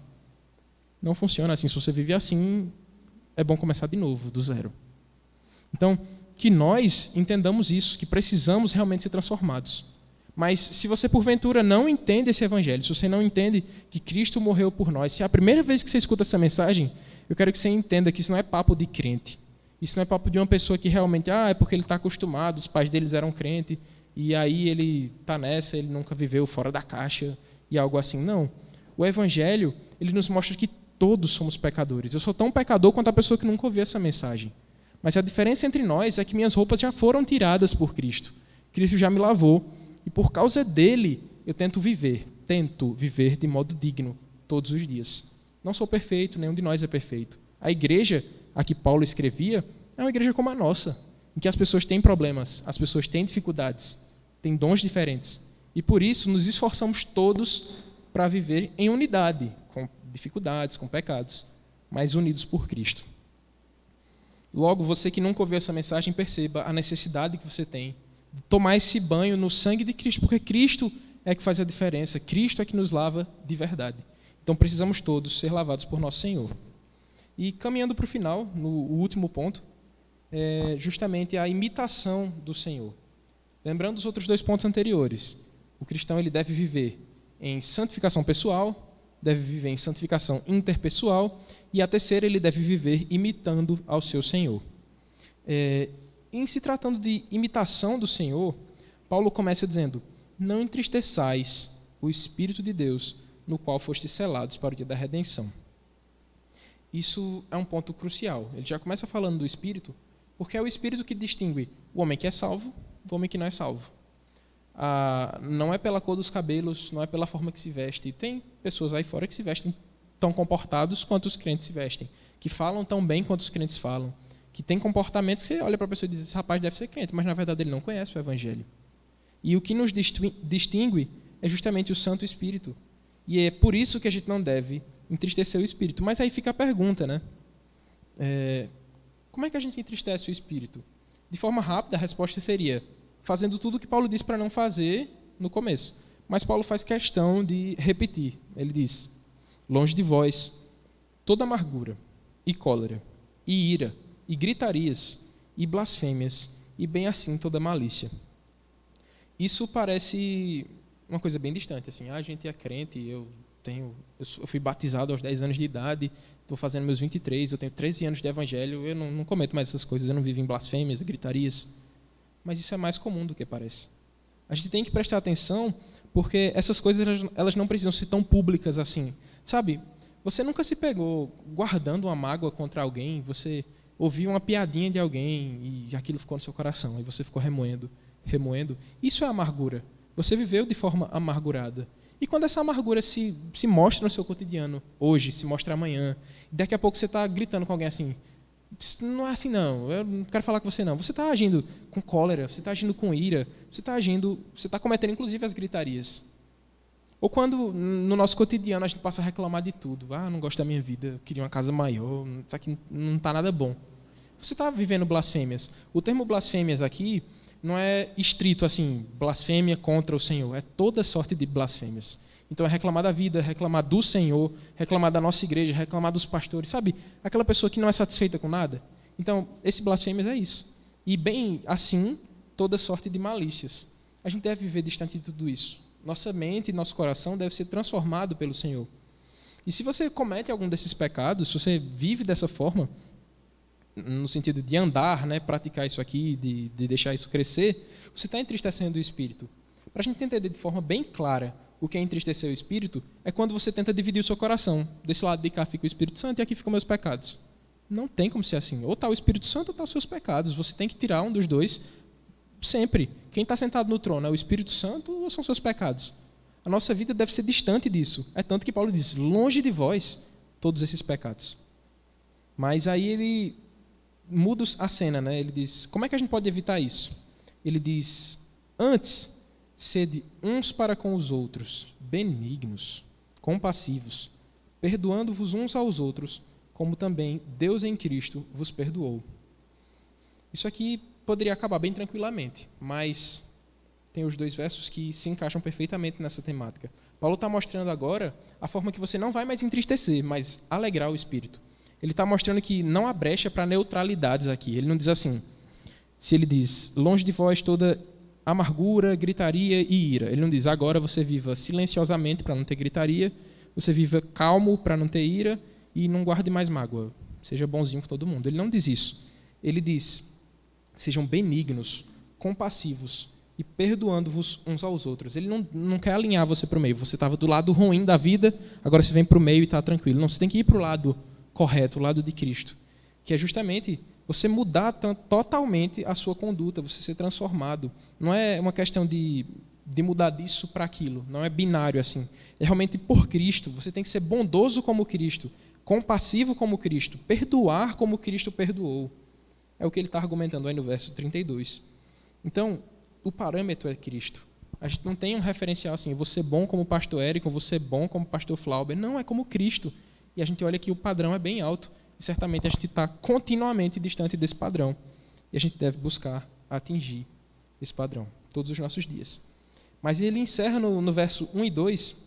Não funciona assim. Se você vive assim, é bom começar de novo, do zero. Então, que nós entendamos isso, que precisamos realmente ser transformados. Mas se você, porventura, não entende esse Evangelho, se você não entende que Cristo morreu por nós, se é a primeira vez que você escuta essa mensagem, eu quero que você entenda que isso não é papo de crente. Isso não é papo de uma pessoa que realmente, ah, é porque ele está acostumado, os pais deles eram crentes, e aí ele está nessa, ele nunca viveu fora da caixa, e algo assim. Não. O Evangelho, ele nos mostra que todos somos pecadores. Eu sou tão pecador quanto a pessoa que nunca ouviu essa mensagem. Mas a diferença entre nós é que minhas roupas já foram tiradas por Cristo. Cristo já me lavou. E por causa dele, eu tento viver, tento viver de modo digno todos os dias. Não sou perfeito, nenhum de nós é perfeito. A igreja a que Paulo escrevia é uma igreja como a nossa, em que as pessoas têm problemas, as pessoas têm dificuldades, têm dons diferentes. E por isso nos esforçamos todos para viver em unidade, com dificuldades, com pecados, mas unidos por Cristo. Logo, você que nunca ouviu essa mensagem, perceba a necessidade que você tem de tomar esse banho no sangue de Cristo, porque Cristo é que faz a diferença, Cristo é que nos lava de verdade. Então precisamos todos ser lavados por nosso Senhor. E caminhando para o final, no último ponto, é justamente a imitação do Senhor. Lembrando os outros dois pontos anteriores, o cristão ele deve viver em santificação pessoal, deve viver em santificação interpessoal, e a terceira, ele deve viver imitando ao seu Senhor. É, em se tratando de imitação do Senhor, Paulo começa dizendo, não entristeçais o Espírito de Deus, no qual fostes selados para o dia da redenção. Isso é um ponto crucial. Ele já começa falando do Espírito, porque é o Espírito que distingue o homem que é salvo do homem que não é salvo. Ah, não é pela cor dos cabelos, não é pela forma que se veste. Tem pessoas aí fora que se vestem tão comportados quanto os crentes se vestem, que falam tão bem quanto os crentes falam, que tem comportamentos que você olha para a pessoa e diz, esse rapaz deve ser crente, mas na verdade ele não conhece o Evangelho. E o que nos distingue é justamente o Santo Espírito. E é por isso que a gente não deve entristecer o Espírito. Mas aí fica a pergunta, né? É, como é que a gente entristece o Espírito? De forma rápida, a resposta seria fazendo tudo o que Paulo disse para não fazer no começo. Mas Paulo faz questão de repetir. Ele diz, longe de vós, toda amargura, e cólera, e ira, e gritarias, e blasfêmias, e bem assim toda malícia. Isso parece uma coisa bem distante. Assim, ah, a gente é crente, eu, tenho, eu fui batizado aos dez anos de idade, estou fazendo meus vinte e três, eu tenho treze anos de evangelho, eu não, não cometo mais essas coisas, eu não vivo em blasfêmias, gritarias. Mas isso é mais comum do que parece. A gente tem que prestar atenção, porque essas coisas elas não precisam ser tão públicas assim. Sabe, você nunca se pegou guardando uma mágoa contra alguém, você ouviu uma piadinha de alguém e aquilo ficou no seu coração, e você ficou remoendo, remoendo. Isso é amargura. Você viveu de forma amargurada. E quando essa amargura se, se mostra no seu cotidiano, hoje, se mostra amanhã, Daqui a pouco você está gritando com alguém assim, não é assim não, eu não quero falar com você não. Você está agindo com cólera, você está agindo com ira, você está agindo, você está cometendo inclusive as gritarias. Ou quando no nosso cotidiano a gente passa a reclamar de tudo. Ah, não gosto da minha vida, eu queria uma casa maior, isso aqui não está nada bom. Você está vivendo blasfêmias. O termo blasfêmias aqui não é estrito assim, blasfêmia contra o Senhor, é toda sorte de blasfêmias. Então é reclamar da vida, reclamar do Senhor, reclamar da nossa igreja, reclamar dos pastores, sabe? Aquela pessoa que não é satisfeita com nada. Então, esse blasfêmias é isso. E bem assim, toda sorte de malícias. A gente deve viver distante de tudo isso. Nossa mente e nosso coração deve ser transformado pelo Senhor. E se você comete algum desses pecados, se você vive dessa forma, no sentido de andar, né, praticar isso aqui, de, de deixar isso crescer, você está entristecendo o Espírito. Para a gente entender de forma bem clara o que é entristecer o Espírito, é quando você tenta dividir o seu coração. Desse lado de cá fica o Espírito Santo e aqui ficam meus pecados. Não tem como ser assim. Ou está o Espírito Santo ou está os seus pecados. Você tem que tirar um dos dois sempre. Quem está sentado no trono é o Espírito Santo ou são seus pecados? A nossa vida deve ser distante disso. É tanto que Paulo diz, longe de vós, todos esses pecados. Mas aí ele muda a cena, né? Ele diz, como é que a gente pode evitar isso? Ele diz, antes, sede uns para com os outros, benignos, compassivos, perdoando-vos uns aos outros, como também Deus em Cristo vos perdoou. Isso aqui poderia acabar bem tranquilamente, mas tem os dois versos que se encaixam perfeitamente nessa temática. Paulo está mostrando agora a forma que você não vai mais entristecer, mas alegrar o Espírito. Ele está mostrando que não há brecha para neutralidades aqui. Ele não diz assim, se ele diz, longe de vós toda amargura, gritaria e ira. Ele não diz, agora você viva silenciosamente para não ter gritaria, você viva calmo para não ter ira e não guarde mais mágoa. Seja bonzinho com todo mundo. Ele não diz isso. Ele diz, sejam benignos, compassivos e perdoando-vos uns aos outros. Ele não, não quer alinhar você para o meio. Você estava do lado ruim da vida, agora você vem para o meio e está tranquilo. Não, você tem que ir para o lado correto, o lado de Cristo, que é justamente você mudar totalmente a sua conduta, você ser transformado. Não é uma questão de, de mudar disso para aquilo, não é binário assim. É realmente por Cristo, você tem que ser bondoso como Cristo, compassivo como Cristo, perdoar como Cristo perdoou. É o que ele está argumentando aí no verso trinta e dois. Então, o parâmetro é Cristo. A gente não tem um referencial assim, vou ser bom como pastor Érico, vou ser bom como pastor Flauber. Não, é como Cristo. E a gente olha que o padrão é bem alto. E certamente a gente está continuamente distante desse padrão. E a gente deve buscar atingir esse padrão todos os nossos dias. Mas ele encerra no, no verso um e dois,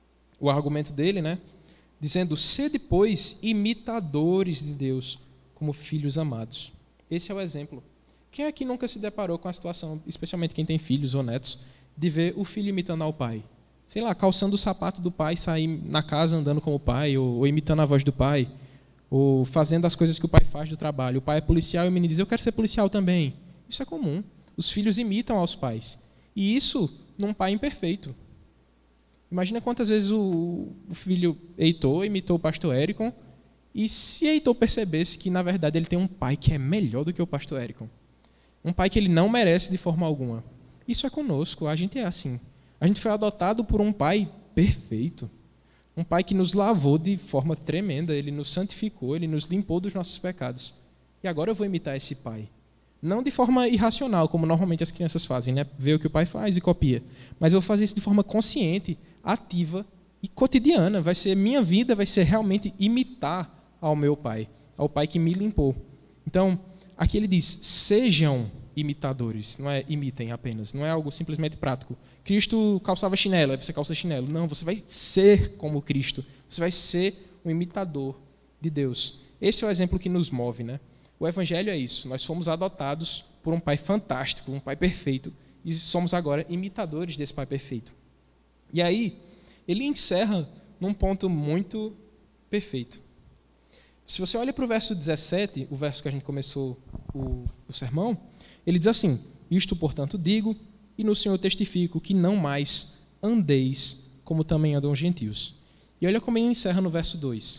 o argumento dele, né, dizendo, sede, pois, imitadores de Deus, como filhos amados. Esse é o exemplo. Quem aqui nunca se deparou com a situação, especialmente quem tem filhos ou netos, de ver o filho imitando ao pai? Sei lá, calçando o sapato do pai, sair na casa andando como o pai, ou, ou imitando a voz do pai, ou fazendo as coisas que o pai faz do trabalho. O pai é policial e o menino diz, eu quero ser policial também. Isso é comum. Os filhos imitam aos pais. E isso num pai imperfeito. Imagina quantas vezes o, o filho Heitor imitou o pastor Érico, e se Heitor percebesse que, na verdade, ele tem um pai que é melhor do que o pastor Érico. Um pai que ele não merece de forma alguma. Isso é conosco, a gente é assim. A gente foi adotado por um pai perfeito. Um pai que nos lavou de forma tremenda, ele nos santificou, ele nos limpou dos nossos pecados. E agora eu vou imitar esse pai. Não de forma irracional, como normalmente as crianças fazem, né? Vê o que o pai faz e copia. Mas eu vou fazer isso de forma consciente, ativa e cotidiana. Vai ser minha vida, vai ser realmente imitar ao meu pai, ao pai que me limpou. Então, aqui ele diz, sejam imitadores, não é imitem apenas, não é algo simplesmente prático. Cristo calçava chinelo, aí você calça chinelo. Não, você vai ser como Cristo, você vai ser um imitador de Deus. Esse é o exemplo que nos move, né? O Evangelho é isso, nós fomos adotados por um pai fantástico, um pai perfeito, e somos agora imitadores desse pai perfeito. E aí, ele encerra num ponto muito perfeito. Se você olha para o verso dezessete, o verso que a gente começou o, o sermão, ele diz assim, isto, portanto, digo, e no Senhor testifico, que não mais andeis como também andam os gentios. E olha como ele encerra no verso dois.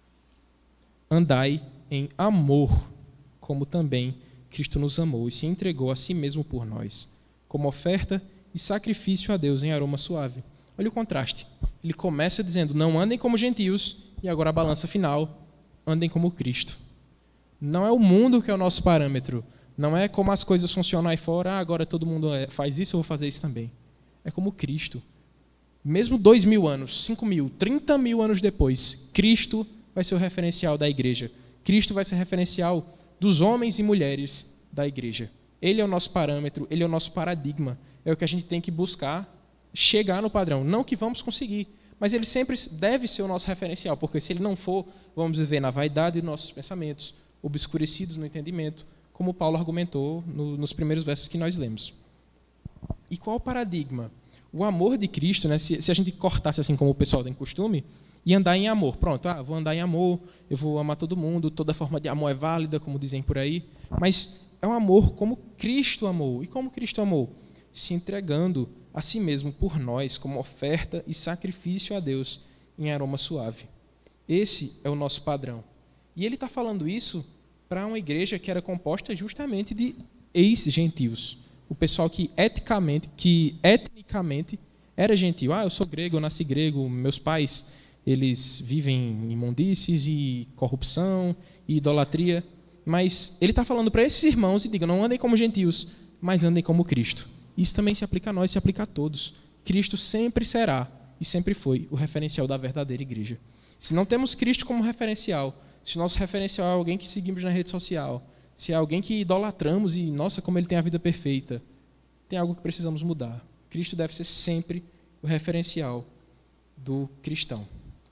Andai em amor, como também Cristo nos amou e se entregou a si mesmo por nós, como oferta e sacrifício a Deus em aroma suave. Olha o contraste. Ele começa dizendo, não andem como gentios, e agora a balança final, andem como Cristo. Não é o mundo que é o nosso parâmetro. Não é como as coisas funcionam aí fora, ah, agora todo mundo faz isso, eu vou fazer isso também. É como Cristo. Mesmo dois mil anos, cinco mil, trinta mil anos depois, Cristo vai ser o referencial da igreja. Cristo vai ser referencial dos homens e mulheres da igreja. Ele é o nosso parâmetro, ele é o nosso paradigma. É o que a gente tem que buscar chegar no padrão. Não que vamos conseguir, mas ele sempre deve ser o nosso referencial, porque se ele não for, vamos viver na vaidade de nossos pensamentos, obscurecidos no entendimento, como Paulo argumentou no, nos primeiros versos que nós lemos. E qual o paradigma? O amor de Cristo, né, se, se a gente cortasse assim como o pessoal tem costume, e andar em amor. Pronto, ah, vou andar em amor, eu vou amar todo mundo, toda forma de amor é válida, como dizem por aí, mas é um amor como Cristo amou. E como Cristo amou? Se entregando a si mesmo por nós, como oferta e sacrifício a Deus em aroma suave. Esse é o nosso padrão. E ele está falando isso para uma igreja que era composta justamente de ex-gentios. O pessoal que eticamente, que etnicamente era gentil. Ah, eu sou grego, eu nasci grego, meus pais eles vivem em imundícies e corrupção e idolatria. Mas ele está falando para esses irmãos e diga, não andem como gentios, mas andem como Cristo. Isso também se aplica a nós, se aplica a todos. Cristo sempre será e sempre foi o referencial da verdadeira igreja. Se não temos Cristo como referencial, se nosso referencial é alguém que seguimos na rede social, se é alguém que idolatramos e, nossa, como ele tem a vida perfeita, tem algo que precisamos mudar. Cristo deve ser sempre o referencial do cristão.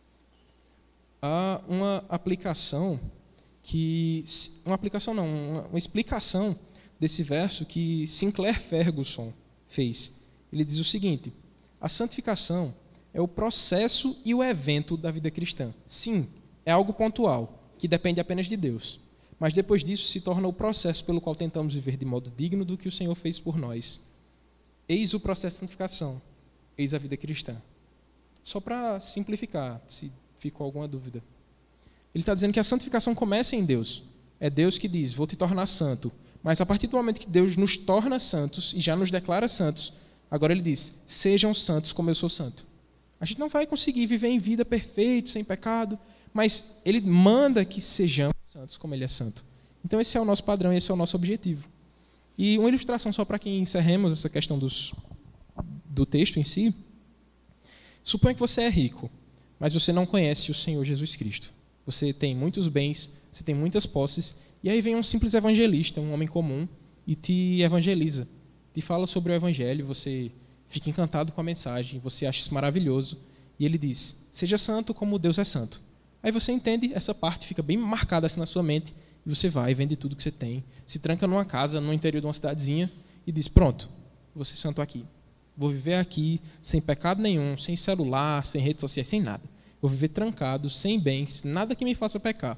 Há uma aplicação que... Uma aplicação não, uma, uma explicação desse verso que Sinclair Ferguson fez. Ele diz o seguinte: a santificação é o processo e o evento da vida cristã. Sim, é algo pontual, que depende apenas de Deus. Mas depois disso se torna o processo pelo qual tentamos viver de modo digno do que o Senhor fez por nós. Eis o processo de santificação, eis a vida cristã. Só para simplificar, se ficou alguma dúvida. Ele está dizendo que a santificação começa em Deus. É Deus que diz, vou te tornar santo. Mas a partir do momento que Deus nos torna santos e já nos declara santos, agora ele diz, sejam santos como eu sou santo. A gente não vai conseguir viver em vida perfeita, sem pecado, mas ele manda que sejamos santos como ele é santo. Então esse é o nosso padrão, esse é o nosso objetivo. E uma ilustração só para que encerremos essa questão dos, do texto em si. Suponha que você é rico, mas você não conhece o Senhor Jesus Cristo. Você tem muitos bens, você tem muitas posses, e aí vem um simples evangelista, um homem comum, e te evangeliza. Te fala sobre o evangelho, você fica encantado com a mensagem, você acha isso maravilhoso, e ele diz, seja santo como Deus é santo. Aí você entende, essa parte fica bem marcada assim na sua mente, e você vai, vende tudo que você tem, se tranca numa casa, no interior de uma cidadezinha, e diz, pronto, vou ser santo aqui. Vou viver aqui, sem pecado nenhum, sem celular, sem redes sociais, sem nada. Vou viver trancado, sem bens, nada que me faça pecar.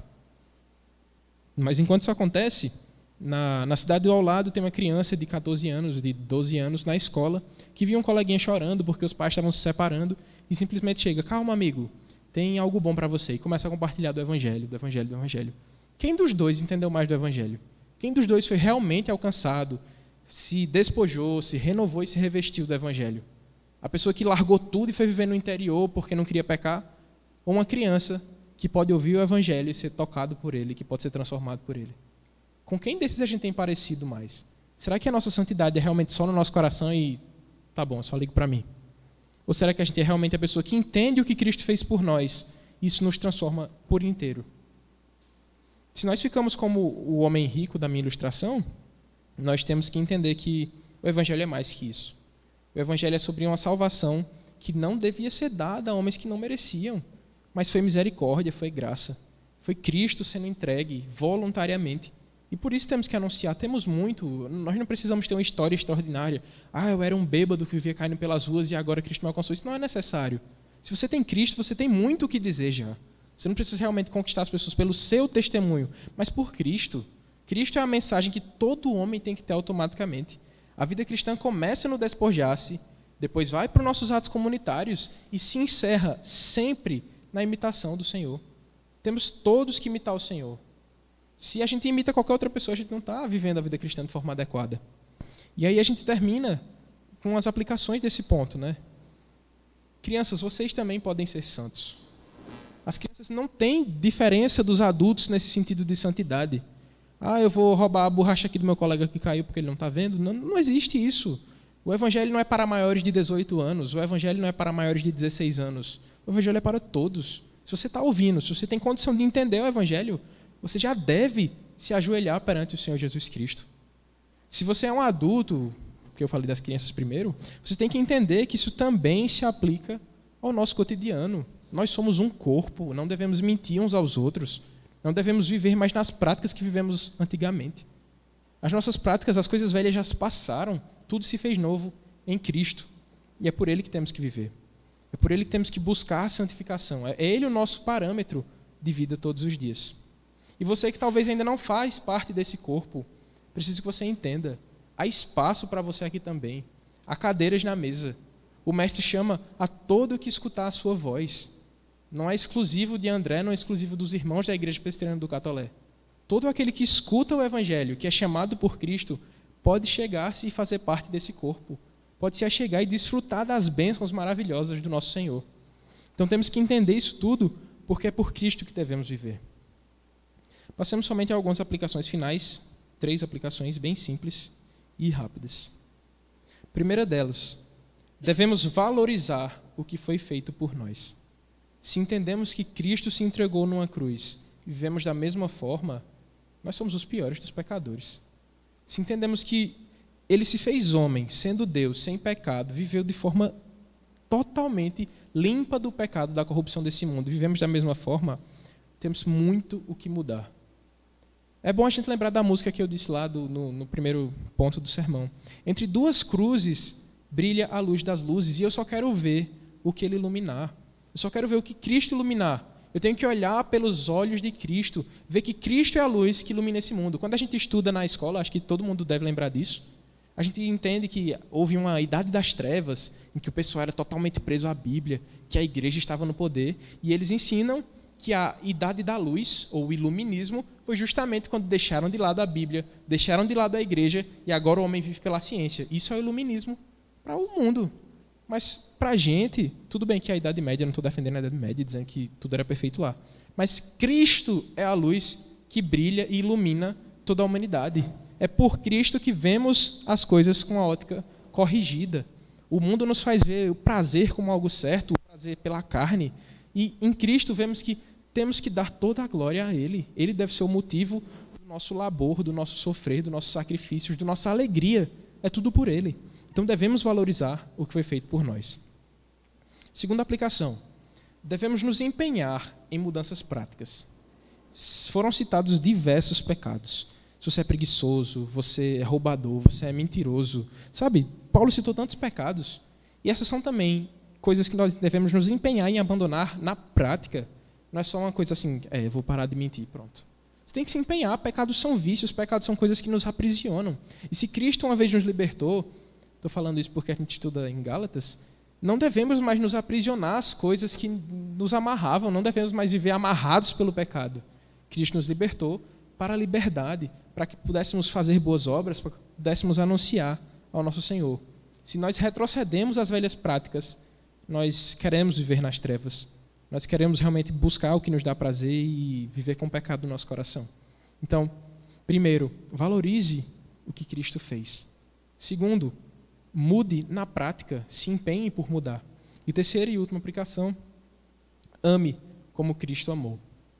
Mas enquanto isso acontece, na, na cidade ao lado tem uma criança de catorze anos, de doze anos, na escola, que viu um coleguinha chorando porque os pais estavam se separando, e simplesmente chega, calma amigo, tem algo bom para você, e começa a compartilhar do evangelho, do evangelho, do evangelho. Quem dos dois entendeu mais do evangelho? Quem dos dois foi realmente alcançado, se despojou, se renovou e se revestiu do evangelho? A pessoa que largou tudo e foi viver no interior porque não queria pecar? Ou uma criança que pode ouvir o evangelho e ser tocado por ele, que pode ser transformado por ele? Com quem desses a gente tem parecido mais? Será que a nossa santidade é realmente só no nosso coração e tá bom, só ligo para mim? Ou será que a gente é realmente a pessoa que entende o que Cristo fez por nós e isso nos transforma por inteiro? Se nós ficamos como o homem rico da minha ilustração, nós temos que entender que o evangelho é mais que isso. O evangelho é sobre uma salvação que não devia ser dada a homens que não mereciam, mas foi misericórdia, foi graça. Foi Cristo sendo entregue voluntariamente. E por isso temos que anunciar, temos muito, nós não precisamos ter uma história extraordinária. Ah, eu era um bêbado que vivia caindo pelas ruas e agora Cristo me alcançou. Isso não é necessário. Se você tem Cristo, você tem muito o que dizer já. Você não precisa realmente conquistar as pessoas pelo seu testemunho, mas por Cristo. Cristo é a mensagem que todo homem tem que ter automaticamente. A vida cristã começa no despojar-se, depois vai para os nossos atos comunitários e se encerra sempre na imitação do Senhor. Temos todos que imitar o Senhor. Se a gente imita qualquer outra pessoa, a gente não está vivendo a vida cristã de forma adequada. E aí a gente termina com as aplicações desse ponto, né? Crianças, vocês também podem ser santos. As crianças não têm diferença dos adultos nesse sentido de santidade. Ah, eu vou roubar a borracha aqui do meu colega que caiu porque ele não está vendo. Não, não existe isso. O evangelho não é para maiores de dezoito anos. O evangelho não é para maiores de dezesseis anos. O evangelho é para todos. Se você está ouvindo, se você tem condição de entender o evangelho, você já deve se ajoelhar perante o Senhor Jesus Cristo. Se você é um adulto, que eu falei das crianças primeiro, você tem que entender que isso também se aplica ao nosso cotidiano. Nós somos um corpo, não devemos mentir uns aos outros, não devemos viver mais nas práticas que vivemos antigamente. As nossas práticas, as coisas velhas já se passaram, tudo se fez novo em Cristo. E é por Ele que temos que viver. É por Ele que temos que buscar a santificação. É Ele o nosso parâmetro de vida todos os dias. E você que talvez ainda não faz parte desse corpo, preciso que você entenda, há espaço para você aqui também. Há cadeiras na mesa. O mestre chama a todo que escutar a sua voz. Não é exclusivo de André, não é exclusivo dos irmãos da Igreja Presbiteriana do Catolé. Todo aquele que escuta o Evangelho, que é chamado por Cristo, pode chegar-se e fazer parte desse corpo. Pode se achegar e desfrutar das bênçãos maravilhosas do nosso Senhor. Então temos que entender isso tudo, porque é por Cristo que devemos viver. Passemos somente a algumas aplicações finais, três aplicações bem simples e rápidas. Primeira delas, devemos valorizar o que foi feito por nós. Se entendemos que Cristo se entregou numa cruz e vivemos da mesma forma, nós somos os piores dos pecadores. Se entendemos que Ele se fez homem, sendo Deus, sem pecado, viveu de forma totalmente limpa do pecado, da corrupção desse mundo, e vivemos da mesma forma, temos muito o que mudar. É bom a gente lembrar da música que eu disse lá do, no, no primeiro ponto do sermão. Entre duas cruzes brilha a luz das luzes, e eu só quero ver o que Ele iluminar. Eu só quero ver o que Cristo iluminar. Eu tenho que olhar pelos olhos de Cristo, ver que Cristo é a luz que ilumina esse mundo. Quando a gente estuda na escola, acho que todo mundo deve lembrar disso, a gente entende que houve uma idade das trevas, em que o pessoal era totalmente preso à Bíblia, que a igreja estava no poder, e eles ensinam que a idade da luz, ou o iluminismo, foi justamente quando deixaram de lado a Bíblia, deixaram de lado a igreja, e agora o homem vive pela ciência. Isso é o iluminismo para o mundo. Mas para a gente, tudo bem que a Idade Média, eu não estou defendendo a Idade Média, dizendo que tudo era perfeito lá. Mas Cristo é a luz que brilha e ilumina toda a humanidade. É por Cristo que vemos as coisas com a ótica corrigida. O mundo nos faz ver o prazer como algo certo, o prazer pela carne. E em Cristo vemos que temos que dar toda a glória a Ele. Ele deve ser o motivo do nosso labor, do nosso sofrer, dos nossos sacrifícios, da nossa alegria. É tudo por Ele. Então devemos valorizar o que foi feito por nós. Segunda aplicação. Devemos nos empenhar em mudanças práticas. Foram citados diversos pecados. Se você é preguiçoso, você é roubador, você é mentiroso. Sabe, Paulo citou tantos pecados. E essas são também coisas que nós devemos nos empenhar em abandonar na prática. Não é só uma coisa assim, é, eu vou parar de mentir, pronto. Você tem que se empenhar. Pecados são vícios, pecados são coisas que nos aprisionam. E se Cristo uma vez nos libertou, estou falando isso porque a gente estuda em Gálatas, não devemos mais nos aprisionar às coisas que nos amarravam, não devemos mais viver amarrados pelo pecado. Cristo nos libertou para a liberdade, para que pudéssemos fazer boas obras, para que pudéssemos anunciar ao nosso Senhor. Se nós retrocedemos às velhas práticas, nós queremos viver nas trevas. Nós queremos realmente buscar o que nos dá prazer e viver com o pecado no nosso coração. Então, primeiro, valorize o que Cristo fez. Segundo, mude na prática, se empenhe por mudar. E terceira e última aplicação, ame como Cristo amou.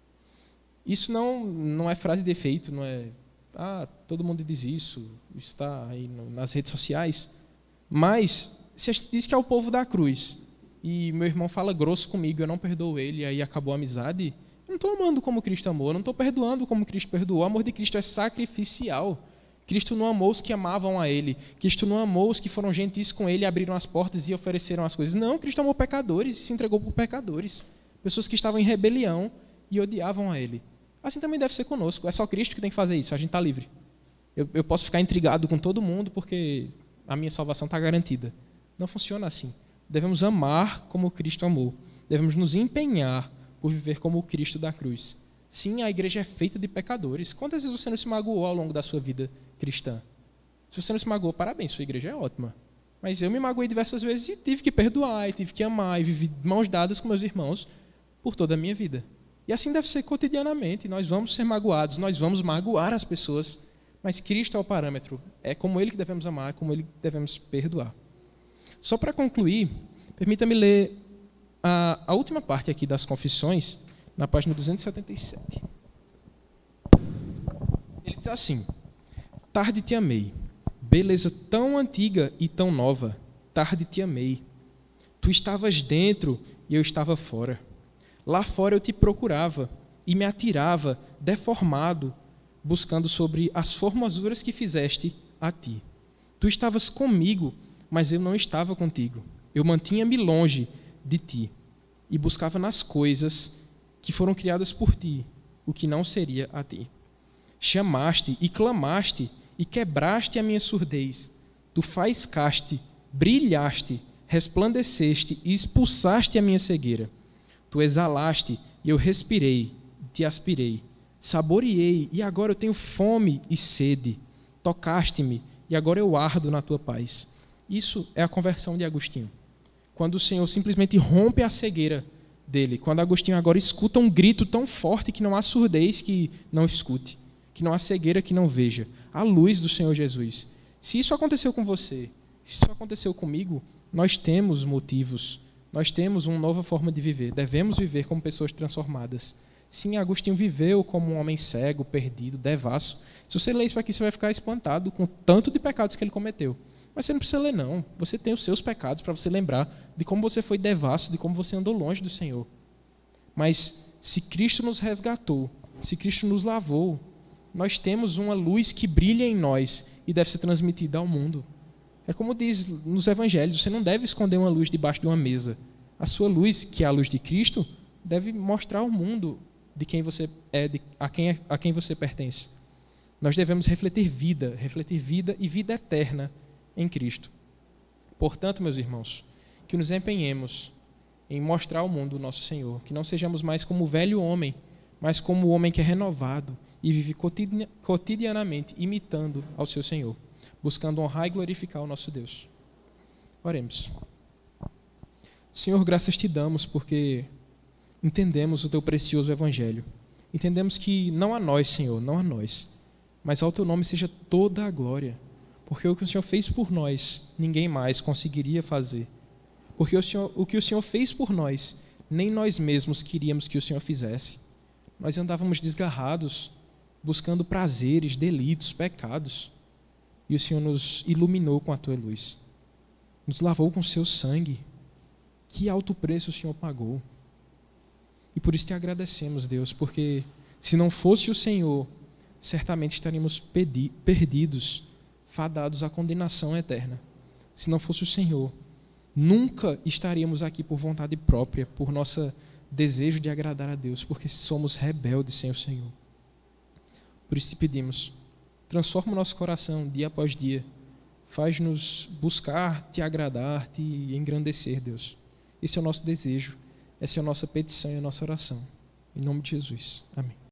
Isso não, não é frase de efeito, não é, ah, todo mundo diz isso, está aí no, nas redes sociais. Mas, se a gente diz que é o povo da cruz, e meu irmão fala grosso comigo, eu não perdoo ele, e aí acabou a amizade, eu não estou amando como Cristo amou, eu não estou perdoando como Cristo perdoou. O amor de Cristo é sacrificial. Cristo não amou os que amavam a Ele. Cristo não amou os que foram gentis com Ele, abriram as portas e ofereceram as coisas. Não, Cristo amou pecadores e se entregou por pecadores. Pessoas que estavam em rebelião e odiavam a Ele. Assim também deve ser conosco. É só Cristo que tem que fazer isso. A gente está livre. Eu, eu posso ficar intrigado com todo mundo porque a minha salvação está garantida. Não funciona assim. Devemos amar como Cristo amou. Devemos nos empenhar por viver como o Cristo da cruz. Sim, a igreja é feita de pecadores. Quantas vezes você não se magoou ao longo da sua vida cristã? Se você não se magoou, parabéns, sua igreja é ótima. Mas eu me magoei diversas vezes e tive que perdoar, e tive que amar, e vivi de mãos dadas com meus irmãos, por toda a minha vida. E assim deve ser cotidianamente. Nós vamos ser magoados, nós vamos magoar as pessoas, mas Cristo é o parâmetro. É como Ele que devemos amar, é como Ele que devemos perdoar. Só para concluir, permita-me ler a, a última parte aqui das Confissões, na página duzentos e setenta e sete. Ele diz assim: tarde te amei, beleza tão antiga e tão nova, tarde te amei. Tu estavas dentro e eu estava fora. Lá fora eu te procurava e me atirava, deformado, buscando sobre as formosuras que fizeste a ti. Tu estavas comigo, mas eu não estava contigo. Eu mantinha-me longe de ti e buscava nas coisas que foram criadas por ti, o que não seria a ti. Chamaste e clamaste e quebraste a minha surdez. Tu faiscaste, brilhaste, resplandeceste e expulsaste a minha cegueira. Tu exalaste e eu respirei, te aspirei. Saboreei e agora eu tenho fome e sede. Tocaste-me e agora eu ardo na tua paz. Isso é a conversão de Agostinho. Quando o Senhor simplesmente rompe a cegueira dele. Quando Agostinho agora escuta um grito tão forte que não há surdez que não escute, que não há cegueira que não veja. A luz do Senhor Jesus. Se isso aconteceu com você, se isso aconteceu comigo, nós temos motivos, nós temos uma nova forma de viver. Devemos viver como pessoas transformadas. Sim, Agostinho viveu como um homem cego, perdido, devasso. Se você ler isso aqui, você vai ficar espantado com o tanto de pecados que ele cometeu. Mas você não precisa ler, não. Você tem os seus pecados para você lembrar de como você foi devasso, de como você andou longe do Senhor. Mas se Cristo nos resgatou, se Cristo nos lavou, nós temos uma luz que brilha em nós e deve ser transmitida ao mundo. É como diz nos evangelhos, você não deve esconder uma luz debaixo de uma mesa. A sua luz, que é a luz de Cristo, deve mostrar ao mundo de quem você é, de, a, quem é, a quem você pertence. Nós devemos refletir vida, refletir vida e vida eterna em Cristo. Portanto, meus irmãos, que nos empenhemos em mostrar ao mundo o nosso Senhor, que não sejamos mais como o velho homem, mas como o homem que é renovado e vive cotidianamente imitando ao seu Senhor, buscando honrar e glorificar o nosso Deus. Oremos. Senhor, graças te damos porque entendemos o teu precioso evangelho. Entendemos que não a nós, Senhor, não a nós, mas ao teu nome seja toda a glória. Porque o que o Senhor fez por nós, ninguém mais conseguiria fazer. Porque o, Senhor, o que o Senhor fez por nós, nem nós mesmos queríamos que o Senhor fizesse. Nós andávamos desgarrados, buscando prazeres, delitos, pecados. E o Senhor nos iluminou com a tua luz. Nos lavou com o seu sangue. Que alto preço o Senhor pagou. E por isso te agradecemos, Deus, porque se não fosse o Senhor, certamente estaríamos pedi- perdidos, fadados à condenação eterna. Se não fosse o Senhor, nunca estaríamos aqui por vontade própria, por nosso desejo de agradar a Deus, porque somos rebeldes sem o Senhor. Por isso te pedimos, transforma o nosso coração dia após dia, faz-nos buscar te agradar, te engrandecer, Deus. Esse é o nosso desejo, essa é a nossa petição e a nossa oração. Em nome de Jesus. Amém.